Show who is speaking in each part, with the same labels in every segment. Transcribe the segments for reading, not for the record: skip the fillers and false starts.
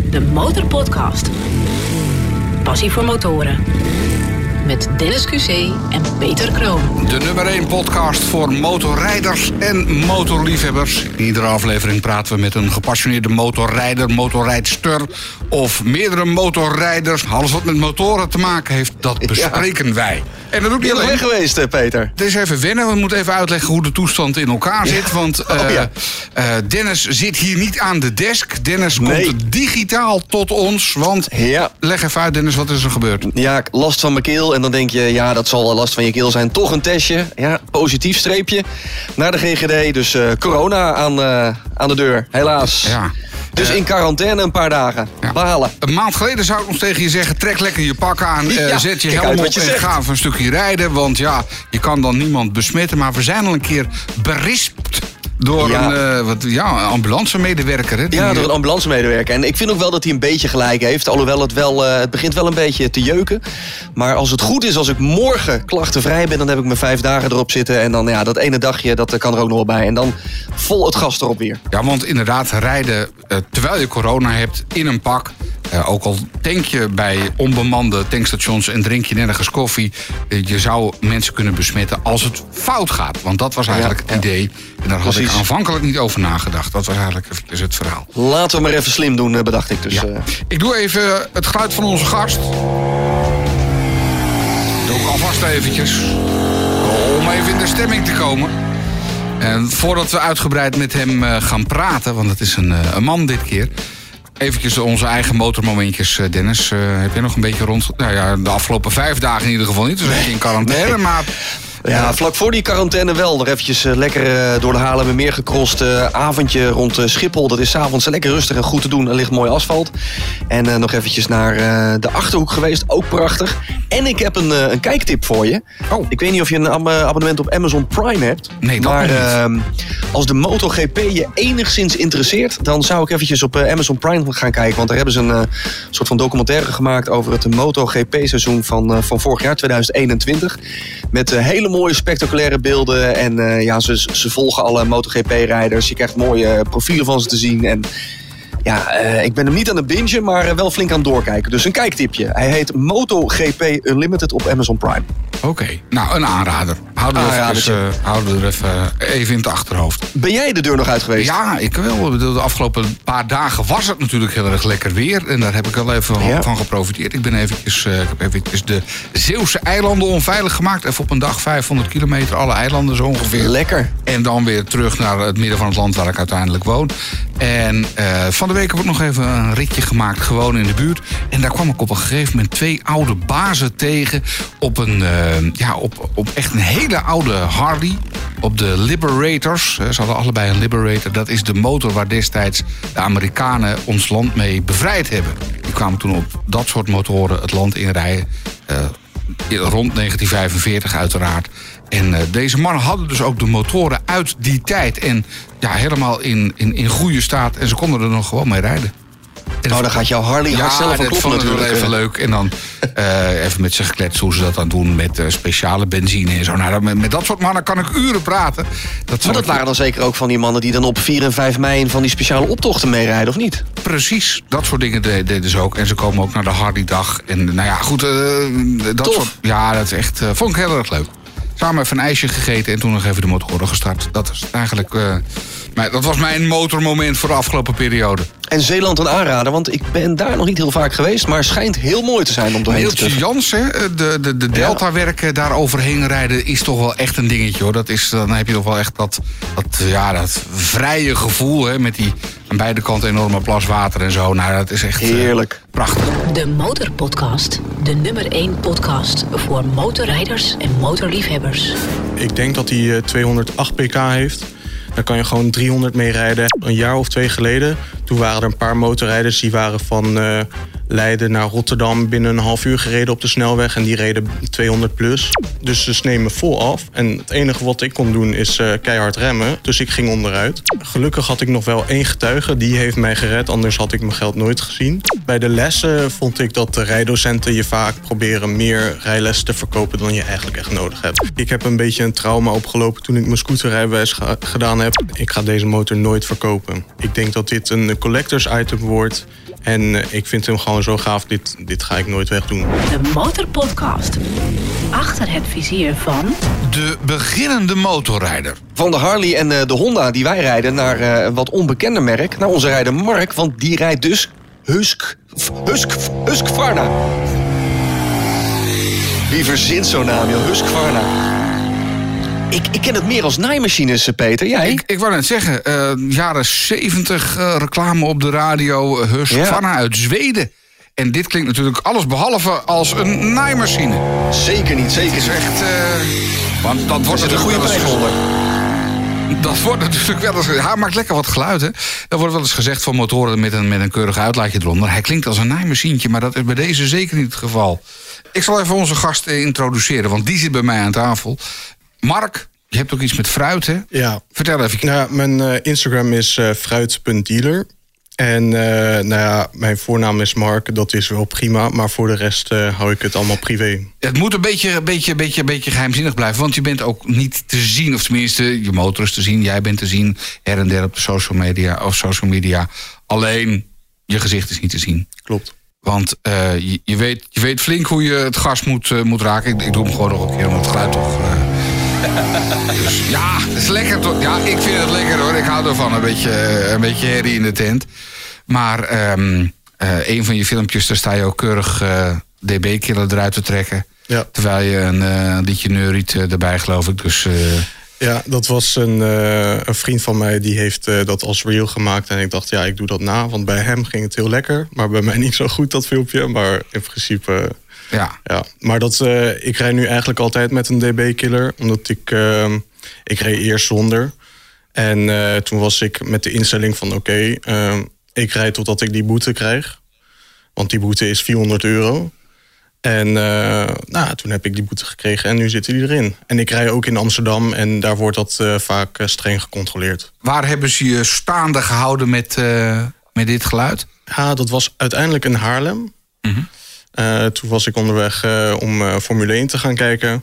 Speaker 1: de Motorpodcast. Passie voor motoren. Met Dennis QC en Peter Kroon.
Speaker 2: De nummer 1 podcast voor motorrijders en motorliefhebbers. In iedere aflevering praten we met een gepassioneerde motorrijder, motorrijdster of meerdere motorrijders. Alles wat met motoren te maken heeft, dat bespreken wij. En dat doe ik niet alleen.
Speaker 3: Je bent weg geweest, Peter.
Speaker 2: Het is even wennen. We moeten even uitleggen hoe de toestand in elkaar zit. Want Dennis zit hier niet aan de desk. Dennis komt digitaal tot ons. Want leg even uit, Dennis, wat is er gebeurd?
Speaker 3: Ja, last van mijn keel. En dan denk je, ja, dat zal wel last van je keel zijn. Toch een testje. Ja, positief streepje. Naar de GGD. Dus corona aan de deur. Helaas. Ja. Dus in quarantaine een paar dagen. Ja. Behalen.
Speaker 2: Een maand geleden zou ik nog tegen je zeggen, trek lekker je pak aan, zet je helm op en ga even een stukje rijden. Want ja, je kan dan niemand besmetten. Maar we zijn al een keer berispt door een ambulancemedewerker. Hè,
Speaker 3: ja, door een ambulancemedewerker. En ik vind ook wel dat hij een beetje gelijk heeft. Alhoewel het begint wel een beetje te jeuken. Maar als het goed is, als ik morgen klachtenvrij ben, dan heb ik mijn 5 dagen erop zitten. En dan dat ene dagje, dat kan er ook nog wel bij. En dan vol het gas erop weer.
Speaker 2: Ja, want inderdaad, rijden terwijl je corona hebt in een pak. Ook al tank je bij onbemande tankstations en drink je nergens koffie. Je zou mensen kunnen besmetten als het fout gaat. Want dat was eigenlijk het idee. En daar had ik aanvankelijk niet over nagedacht. Dat was eigenlijk eventjes het verhaal.
Speaker 3: Laten we maar even slim doen, bedacht ik dus. Ja.
Speaker 2: Ik doe even het geluid van onze gast. Doe ik alvast eventjes. Om even in de stemming te komen. En voordat we uitgebreid met hem gaan praten, want het is een man dit keer. Eventjes onze eigen motormomentjes, Dennis. Heb je nog een beetje rond... Nou ja, de afgelopen 5 dagen in ieder geval niet. Dus in quarantaine, maar...
Speaker 3: Ja, vlak voor die quarantaine wel. Nog eventjes lekker door de Haarlemmermeer gecrossed. Avondje rond Schiphol. Dat is 's avonds lekker rustig en goed te doen. Er ligt mooi asfalt. En nog eventjes naar de Achterhoek geweest. Ook prachtig. En ik heb een kijktip voor je. Oh. Ik weet niet of je een abonnement op Amazon Prime hebt.
Speaker 2: Nee, dat niet.
Speaker 3: Als de MotoGP je enigszins interesseert, dan zou ik eventjes op Amazon Prime gaan kijken. Want daar hebben ze een soort van documentaire gemaakt over het MotoGP-seizoen van vorig jaar, 2021. Met hele mooie spectaculaire beelden. En ze volgen alle MotoGP-rijders. Je krijgt mooie profielen van ze te zien. En ik ben hem niet aan het bingen, maar wel flink aan het doorkijken. Dus een kijktipje. Hij heet MotoGP Unlimited op Amazon Prime.
Speaker 2: Oké, nou een aanrader. Houden we er even in het achterhoofd.
Speaker 3: Ben jij de deur nog uit geweest?
Speaker 2: Ja, ik wel. De afgelopen paar dagen was het natuurlijk heel erg lekker weer. En daar heb ik wel even van geprofiteerd. Ik heb eventjes de Zeeuwse eilanden onveilig gemaakt. Even op een dag 500 kilometer, alle eilanden zo ongeveer.
Speaker 3: Lekker.
Speaker 2: En dan weer terug naar het midden van het land waar ik uiteindelijk woon. En van de week heb ik nog even een ritje gemaakt, gewoon in de buurt. En daar kwam ik op een gegeven moment 2 oude bazen tegen op op echt een hele oude Harley. Op de Liberators. Ze hadden allebei een Liberator. Dat is de motor waar destijds de Amerikanen ons land mee bevrijd hebben. Die kwamen toen op dat soort motoren het land inrijden. Rond 1945 uiteraard. En deze mannen hadden dus ook de motoren uit die tijd. En helemaal in goede staat. En ze konden er nog gewoon mee rijden.
Speaker 3: Dan gaat jouw Harley hard zelf van kloppen natuurlijk.
Speaker 2: Dat even leuk. En dan even met ze gekletst hoe ze dat dan doen met speciale benzine en zo. Nou, met dat soort mannen kan ik uren praten.
Speaker 3: Maar dat waren dan zeker ook van die mannen die dan op 4 en 5 mei van die speciale optochten meerijden, of niet?
Speaker 2: Precies, dat soort dingen deden ze ook. En ze komen ook naar de Harley-dag. En dat soort... Ja, dat is echt... vond ik heel erg leuk. Samen even een ijsje gegeten en toen nog even de motoren gestart. Dat is eigenlijk... dat was mijn motormoment voor de afgelopen periode.
Speaker 3: En Zeeland een aanrader, want ik ben daar nog niet heel vaak geweest, maar schijnt heel mooi te zijn om doorheen te
Speaker 2: turven. Jans, de Delta-werken daar overheen rijden is toch wel echt een dingetje, hoor. Dan heb je toch wel echt dat vrije gevoel, met die aan beide kanten enorme plas water en zo. Nou, dat is echt
Speaker 3: heerlijk.
Speaker 2: Prachtig.
Speaker 1: De Motorpodcast, de nummer 1 podcast voor motorrijders en motorliefhebbers.
Speaker 4: Ik denk dat hij 208 pk heeft. Daar kan je gewoon 300 mee rijden. Een jaar of 2 geleden, toen waren er een paar motorrijders die waren van Leiden naar Rotterdam binnen een half uur gereden op de snelweg. En die reden 200 plus. Dus ze sneden me vol af. En het enige wat ik kon doen is keihard remmen. Dus ik ging onderuit. Gelukkig had ik nog wel 1 getuige. Die heeft mij gered, anders had ik mijn geld nooit gezien. Bij de lessen vond ik dat de rijdocenten je vaak proberen meer rijlessen te verkopen dan je eigenlijk echt nodig hebt. Ik heb een beetje een trauma opgelopen toen ik mijn scooterrijbewijs gedaan heb. Ik ga deze motor nooit verkopen. Ik denk dat dit een collectors item wordt. En ik vind hem gewoon zo gaaf, dit ga ik nooit wegdoen.
Speaker 1: De Motorpodcast. Achter het vizier van...
Speaker 2: De beginnende motorrijder.
Speaker 3: Van de Harley en de Honda die wij rijden naar een wat onbekender merk. Naar onze rijder Mark, want die rijdt dus Husqvarna. Wie verzint zo'n naam, joh? Husqvarna. Ik ken het meer als naaimachines, Peter. Jij?
Speaker 2: Ik wou net zeggen, jaren 70 reclame op de radio. Husqvarna uit Zweden. En dit klinkt natuurlijk alles behalve als een naaimachine.
Speaker 3: Zeker niet, zeker niet.
Speaker 2: Het is echt... want dat wordt
Speaker 3: een goede prijs onder.
Speaker 2: Dat wordt natuurlijk wel eens... Hij maakt lekker wat geluid, hè. Er wordt wel eens gezegd van motoren met een keurig uitlaatje eronder. Hij klinkt als een naaimachientje, maar dat is bij deze zeker niet het geval. Ik zal even onze gast introduceren, want die zit bij mij aan tafel. Mark, je hebt ook iets met fruit, hè?
Speaker 4: Ja.
Speaker 2: Vertel even.
Speaker 4: Nou, mijn Instagram is fruit.dealer. En mijn voornaam is Mark, dat is wel prima. Maar voor de rest hou ik het allemaal privé. Het
Speaker 2: moet een beetje geheimzinnig blijven. Want je bent ook niet te zien. Of tenminste, je motor is te zien. Jij bent te zien her en der op de social media. Alleen, je gezicht is niet te zien.
Speaker 4: Klopt.
Speaker 2: Want je weet flink hoe je het gas moet raken. Ik doe hem gewoon nog een keer om het geluid toch... Dus ja, het is lekker toch? Ja, ik vind het lekker hoor. Ik hou ervan, een beetje herrie in de tent. Maar een van je filmpjes, daar sta je ook keurig DB-killer eruit te trekken. Ja. Terwijl je een liedje neuriet erbij, geloof ik. Dus...
Speaker 4: Ja, dat was een vriend van mij die heeft dat als reel gemaakt. En ik dacht, ja, ik doe dat na. Want bij hem ging het heel lekker. Maar bij mij niet zo goed, dat filmpje. Maar in principe... Ja. Maar ik rijd nu eigenlijk altijd met een DB-killer. Omdat ik reed eerst zonder. En toen was ik met de instelling van oké, ik rijd totdat ik die boete krijg. Want die boete is €400. En toen heb ik die boete gekregen en nu zitten die erin. En ik rij ook in Amsterdam en daar wordt dat vaak streng gecontroleerd.
Speaker 2: Waar hebben ze je staande gehouden met dit geluid?
Speaker 4: Ja, dat was uiteindelijk in Haarlem. Mm-hmm. Toen was ik onderweg om Formule 1 te gaan kijken.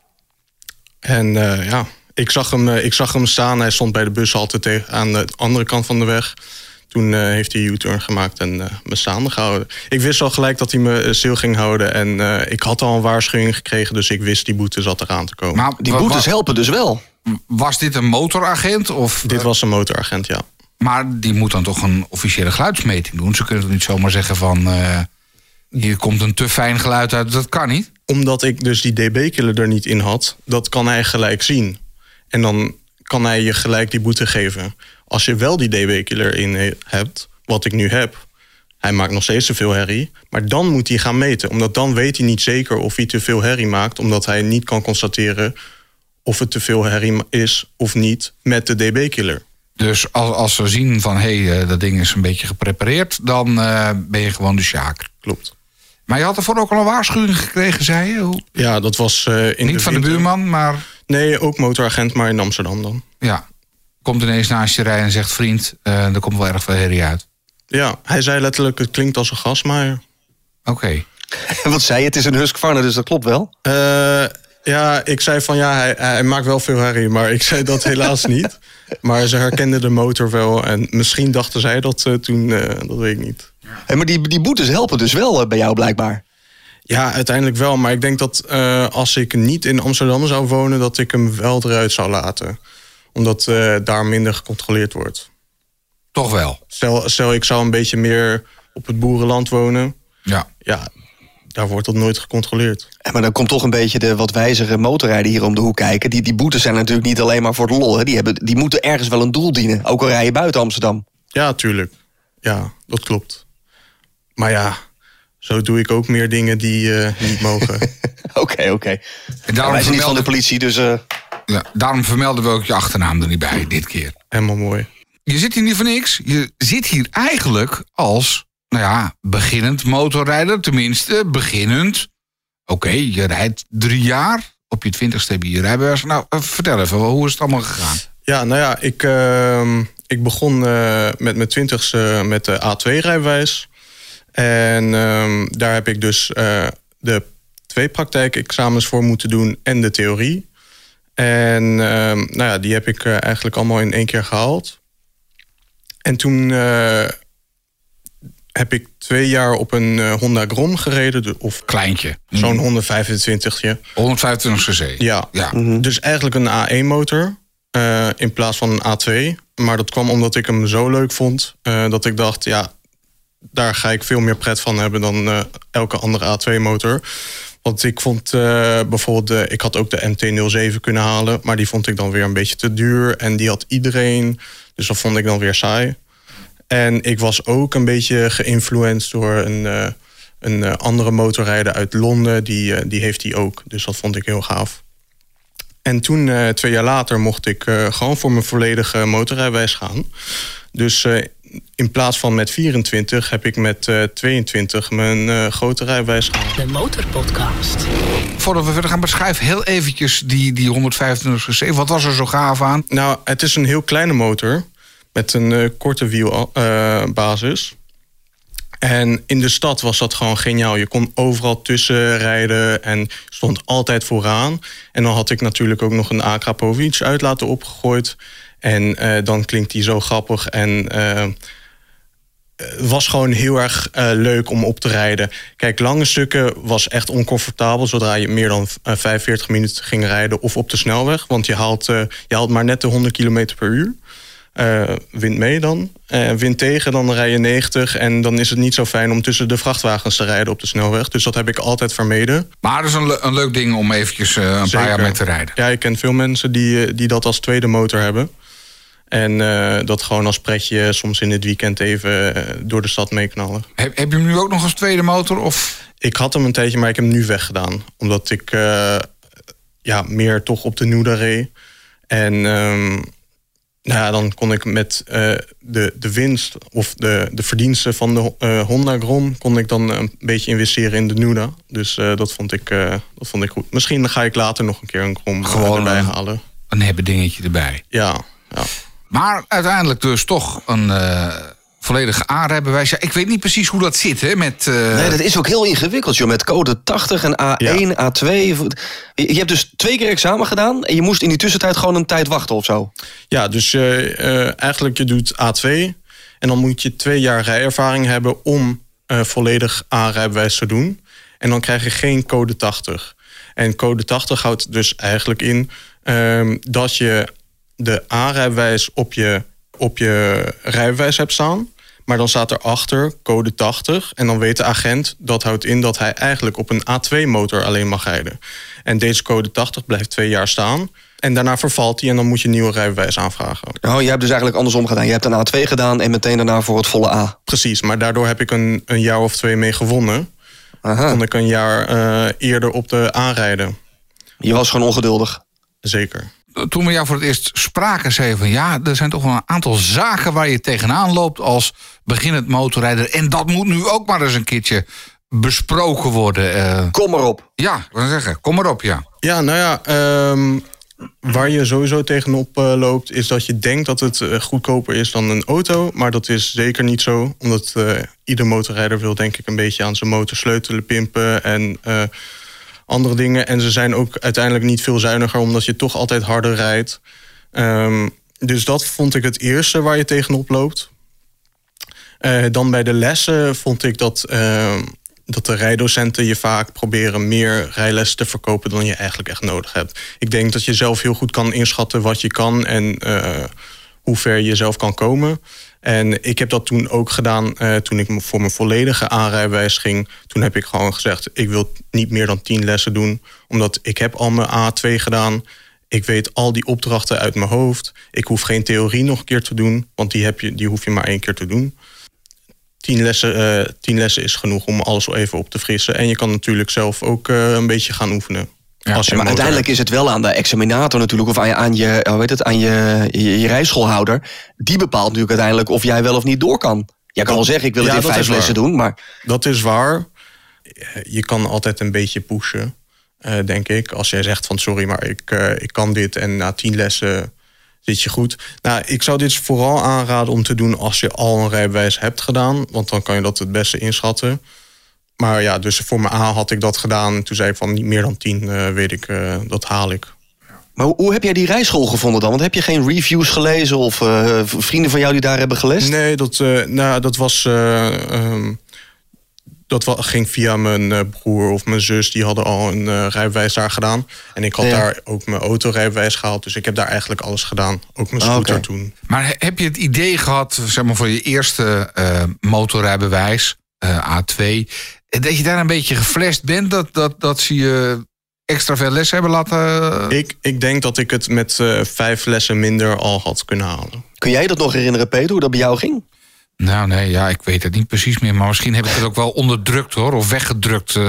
Speaker 4: En ik zag hem staan. Hij stond bij de bushalte aan de andere kant van de weg. Toen heeft hij U-turn gemaakt en me staande gehouden. Ik wist al gelijk dat hij me stil ging houden. En ik had al een waarschuwing gekregen, dus ik wist die boete zat eraan te komen.
Speaker 3: Maar die boetes helpen dus wel.
Speaker 2: Was dit een motoragent? Of,
Speaker 4: dit was een motoragent, ja.
Speaker 2: Maar die moet dan toch een officiële geluidsmeting doen? Ze kunnen toch niet zomaar zeggen van... hier komt een te fijn geluid uit, dat kan niet?
Speaker 4: Omdat ik dus die DB-killer er niet in had, dat kan hij gelijk zien. En dan kan hij je gelijk die boete geven. Als je wel die DB-killer in hebt, wat ik nu heb... hij maakt nog steeds te veel herrie, maar dan moet hij gaan meten. Omdat dan weet hij niet zeker of hij te veel herrie maakt... omdat hij niet kan constateren of het te veel herrie is of niet met de DB-killer.
Speaker 2: Dus als ze zien van, dat ding is een beetje geprepareerd... dan ben je gewoon de sjaak.
Speaker 4: Klopt.
Speaker 2: Maar je had ervoor ook al een waarschuwing gekregen, zei je?
Speaker 4: Ja, dat was
Speaker 2: niet van de buurman, maar...
Speaker 4: Nee, ook motoragent, maar in Amsterdam dan.
Speaker 2: Ja. Komt ineens naast je rijden en zegt... vriend, er komt wel erg veel herrie uit.
Speaker 4: Ja, hij zei letterlijk, het klinkt als een gasmaaier.
Speaker 2: Oké.
Speaker 3: Wat zei je? Het is een Husqvarna, dus dat klopt wel?
Speaker 4: Ja, ik zei van hij maakt wel veel herrie, maar ik zei dat helaas niet. Maar ze herkenden de motor wel en misschien dachten zij dat toen, dat weet ik niet.
Speaker 3: Hey, maar die boetes helpen dus wel bij jou blijkbaar?
Speaker 4: Ja, uiteindelijk wel. Maar ik denk dat als ik niet in Amsterdam zou wonen... dat ik hem wel eruit zou laten. Omdat daar minder gecontroleerd wordt.
Speaker 2: Toch wel?
Speaker 4: Stel, ik zou een beetje meer op het boerenland wonen.
Speaker 2: Ja,
Speaker 4: daar wordt dat nooit gecontroleerd.
Speaker 3: Maar dan komt toch een beetje de wat wijzere motorrijden hier om de hoek kijken. Die boetes zijn natuurlijk niet alleen maar voor de lol. Hè. Die moeten ergens wel een doel dienen. Ook al rij je buiten Amsterdam.
Speaker 4: Ja, tuurlijk. Ja, dat klopt. Maar ja... Zo doe ik ook meer dingen die niet mogen. Oké.
Speaker 3: Wij zijn niet van de politie, dus...
Speaker 2: Ja, daarom vermelden we ook je achternaam er niet bij, dit keer.
Speaker 4: Helemaal mooi.
Speaker 2: Je zit hier niet voor niks. Je zit hier eigenlijk als, beginnend motorrijder. Tenminste, beginnend. Oké, je rijdt 3 jaar. Op je 20ste heb je je rijbewijs. Nou, vertel even, hoe is het allemaal gegaan?
Speaker 4: Ja, ik begon met mijn 20ste met de A2-rijbewijs. En daar heb ik dus de 2 praktijkexamens voor moeten doen en de theorie. En die heb ik eigenlijk allemaal in 1 keer gehaald. En toen heb ik 2 jaar op een Honda Grom gereden. Of
Speaker 2: Kleintje.
Speaker 4: Zo'n 125.
Speaker 2: 125 cc.
Speaker 4: Ja. Dus eigenlijk een A1-motor in plaats van een A2. Maar dat kwam omdat ik hem zo leuk vond dat ik dacht, ja, daar ga ik veel meer pret van hebben dan elke andere A2-motor. Want ik vond bijvoorbeeld, ik had ook de MT-07 kunnen halen, maar die vond ik dan weer een beetje te duur. En die had iedereen, dus dat vond ik dan weer saai. En ik was ook een beetje geïnfluenced door een andere motorrijder uit Londen. Die heeft die ook, dus dat vond ik heel gaaf. En toen, 2 jaar later, mocht ik gewoon voor mijn volledige motorrijbewijs gaan. Dus in plaats van met 24 heb ik met 22 mijn grote rijbewijs gehaald.
Speaker 1: De Motorpodcast.
Speaker 2: Voordat we verder gaan, beschrijf heel eventjes die 125 cc. Wat was er zo gaaf aan?
Speaker 4: Nou, het is een heel kleine motor met een korte wielbasis. En in de stad was dat gewoon geniaal. Je kon overal tussen rijden en stond altijd vooraan. En dan had ik natuurlijk ook nog een Akrapovic uitlaten opgegooid. En dan klinkt die zo grappig. En het was gewoon heel erg leuk om op te rijden. Kijk, lange stukken was echt oncomfortabel zodra je meer dan 45 minuten ging rijden of op de snelweg. Want je haalt maar net de 100 km per uur. Wind mee dan. Wind tegen, dan rij je 90. En dan is het niet zo fijn om tussen de vrachtwagens te rijden op de snelweg. Dus dat heb ik altijd vermeden.
Speaker 2: Maar dat is een leuk ding om eventjes een paar jaar mee te rijden.
Speaker 4: Ja, ik ken veel mensen die dat als tweede motor hebben. En dat gewoon als pretje soms in het weekend even door de stad meeknallen.
Speaker 2: Heb je hem nu ook nog als tweede motor? Of?
Speaker 4: Ik had hem een tijdje, maar ik heb hem nu weggedaan. Omdat ik meer toch op de Nuda reed. En dan kon ik met de winst of de verdiensten van de Honda Grom kon ik dan een beetje investeren in de Nuda. Dus dat vond ik goed. Misschien ga ik later nog een keer een Grom gewoon erbij halen.
Speaker 2: Een hebben dingetje erbij.
Speaker 4: Ja.
Speaker 2: Maar uiteindelijk dus toch een volledige A-rijbewijs. Ja, ik weet niet precies hoe dat zit, hè?
Speaker 3: Nee, dat is ook heel ingewikkeld, joh. Met code 80 en A1, A2. Je hebt dus 2 keer examen gedaan en je moest in die tussentijd gewoon een tijd wachten of zo.
Speaker 4: Ja, dus eigenlijk je doet A2 en dan moet je 2 jaar rijervaring hebben om volledig A-rijbewijs te doen. En dan krijg je geen code 80. En code 80 houdt dus eigenlijk in dat je de A-rijbewijs op je rijbewijs hebt staan. Maar dan staat erachter code 80. En dan weet de agent, dat houdt in dat hij eigenlijk op een A2-motor alleen mag rijden. En deze code 80 blijft 2 jaar staan. En daarna vervalt hij en dan moet je een nieuwe rijbewijs aanvragen.
Speaker 3: Oh, je hebt dus eigenlijk andersom gedaan. Je hebt een A2 gedaan en meteen daarna voor het volle A.
Speaker 4: Precies, maar daardoor heb ik een jaar of 2 mee gewonnen.
Speaker 3: Aha.
Speaker 4: Kon ik een jaar eerder op de A rijden.
Speaker 3: Je was gewoon ongeduldig.
Speaker 4: Zeker.
Speaker 2: Toen we jou voor het eerst spraken, zei je van ja, er zijn toch wel een aantal zaken waar je tegenaan loopt als beginnend motorrijder. En dat moet nu ook maar eens een keertje besproken worden.
Speaker 3: Kom maar op.
Speaker 2: Ja, ik wil zeggen, kom maar op, ja.
Speaker 4: Ja, nou ja, waar je sowieso tegenop loopt is dat je denkt dat het goedkoper is dan een auto. Maar dat is zeker niet zo. Omdat ieder motorrijder wil denk ik een beetje aan zijn motor sleutelen, pimpen en andere dingen. En ze zijn ook uiteindelijk niet veel zuiniger omdat je toch altijd harder rijdt. Dus dat vond ik het eerste waar je tegenop loopt. Dan bij de lessen vond ik dat de rijdocenten je vaak proberen meer rijlessen te verkopen dan je eigenlijk echt nodig hebt. Ik denk dat je zelf heel goed kan inschatten wat je kan en hoe ver je zelf kan komen. En ik heb dat toen ook gedaan toen ik voor mijn volledige A-rijbewijs ging. Toen heb ik gewoon gezegd, ik wil niet meer dan 10 lessen doen. Omdat ik heb al mijn A2 gedaan. Ik weet al die opdrachten uit mijn hoofd. Ik hoef geen theorie nog een keer te doen. Want die hoef je maar 1 keer te doen. 10 lessen is genoeg om alles even op te frissen. En je kan natuurlijk zelf ook een beetje gaan oefenen.
Speaker 3: Ja, maar uiteindelijk is het wel aan de examinator natuurlijk, of aan je rijschoolhouder. Die bepaalt natuurlijk uiteindelijk of jij wel of niet door kan. Jij kan wel zeggen, ik wil het in 5 lessen doen, maar
Speaker 4: dat is waar. Je kan altijd een beetje pushen, denk ik. Als jij zegt van sorry, maar ik kan dit en na 10 lessen zit je goed. Nou, ik zou dit vooral aanraden om te doen als je al een rijbewijs hebt gedaan. Want dan kan je dat het beste inschatten. Maar ja, dus voor mijn A had ik dat gedaan. Toen zei ik van niet meer dan 10 weet ik, dat haal ik.
Speaker 3: Maar hoe heb jij die rijschool gevonden dan? Want heb je geen reviews gelezen of vrienden van jou die daar hebben gelest?
Speaker 4: Nee, dat ging via mijn broer of mijn zus. Die hadden al een rijbewijs daar gedaan. En ik had daar ook mijn autorijbewijs gehaald. Dus ik heb daar eigenlijk alles gedaan. Ook mijn scooter toen.
Speaker 2: Maar heb je het idee gehad, zeg maar, voor je eerste motorrijbewijs, A2... dat je daar een beetje geflasht bent? Dat ze je extra veel les hebben laten...
Speaker 4: Ik denk dat ik het met 5 lessen minder al had kunnen halen.
Speaker 3: Kun jij dat nog herinneren, Peter, hoe dat bij jou ging?
Speaker 2: Nou, nee, ja, ik weet het niet precies meer. Maar misschien heb ik het ook wel onderdrukt, hoor. Of weggedrukt.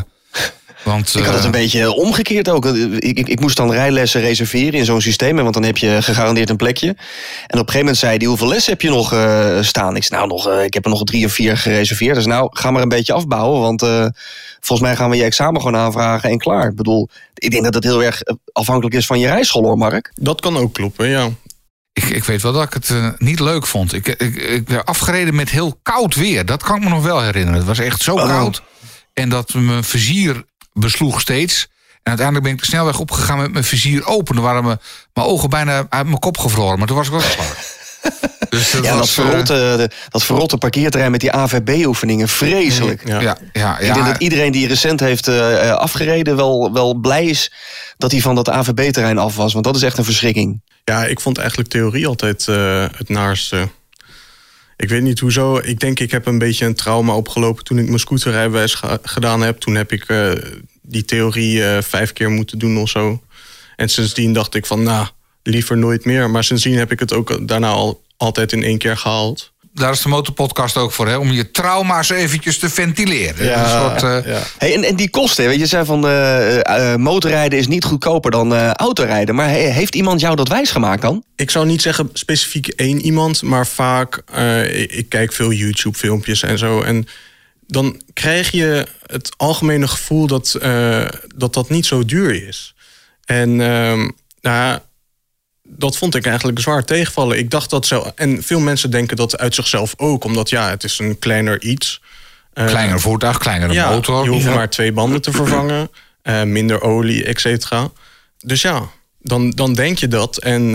Speaker 2: Want,
Speaker 3: ik had het een beetje omgekeerd ook. Ik moest dan rijlessen reserveren in zo'n systeem. Want dan heb je gegarandeerd een plekje. En op een gegeven moment zei hij, hoeveel lessen heb je nog staan? Ik zei, ik heb er nog 3 of 4 gereserveerd. Dus ga maar een beetje afbouwen. Want volgens mij gaan we je examen gewoon aanvragen en klaar. Ik bedoel, ik denk dat het heel erg afhankelijk is van je rijschool, hoor, Mark.
Speaker 4: Dat kan ook kloppen, ja.
Speaker 2: Ik weet wel dat ik het niet leuk vond. Ik werd afgereden met heel koud weer. Dat kan ik me nog wel herinneren. Het was echt zo koud. En dat mijn vizier besloeg steeds. En uiteindelijk ben ik de snelweg opgegaan met mijn vizier open. Dan waren mijn ogen bijna uit mijn kop gevroren. Maar toen was ik wel klaar. Dus dat verrotte parkeerterrein met die AVB-oefeningen. Vreselijk. Ja.
Speaker 3: Ik denk dat iedereen die recent heeft afgereden wel blij is dat hij van dat AVB-terrein af was. Want dat is echt een verschrikking.
Speaker 4: Ja, ik vond eigenlijk theorie altijd het naarste. Ik weet niet hoezo. Ik denk, ik heb een beetje een trauma opgelopen toen ik mijn scooterrijbewijs gedaan heb. Toen heb ik die theorie 5 keer moeten doen of zo. En sindsdien dacht ik van, liever nooit meer. Maar sindsdien heb ik het ook daarna altijd in 1 keer gehaald.
Speaker 2: Daar is de motorpodcast ook voor, hè? Om je trauma's eventjes te ventileren.
Speaker 3: Ja. Hey, en die kosten, weet je, zei van motorrijden is niet goedkoper dan autorijden. Maar heeft iemand jou dat wijsgemaakt dan?
Speaker 4: Ik zou niet zeggen specifiek 1 iemand, maar vaak, ik kijk veel YouTube-filmpjes en zo. En dan krijg je het algemene gevoel dat niet zo duur is. En dat vond ik eigenlijk zwaar tegenvallen. Ik dacht dat zo. En veel mensen denken dat uit zichzelf ook, omdat het is een kleiner iets.
Speaker 2: Kleiner voertuig, kleinere motor.
Speaker 4: Je hoeft maar 2 banden te vervangen, minder olie, et cetera. Dus dan denk je dat. En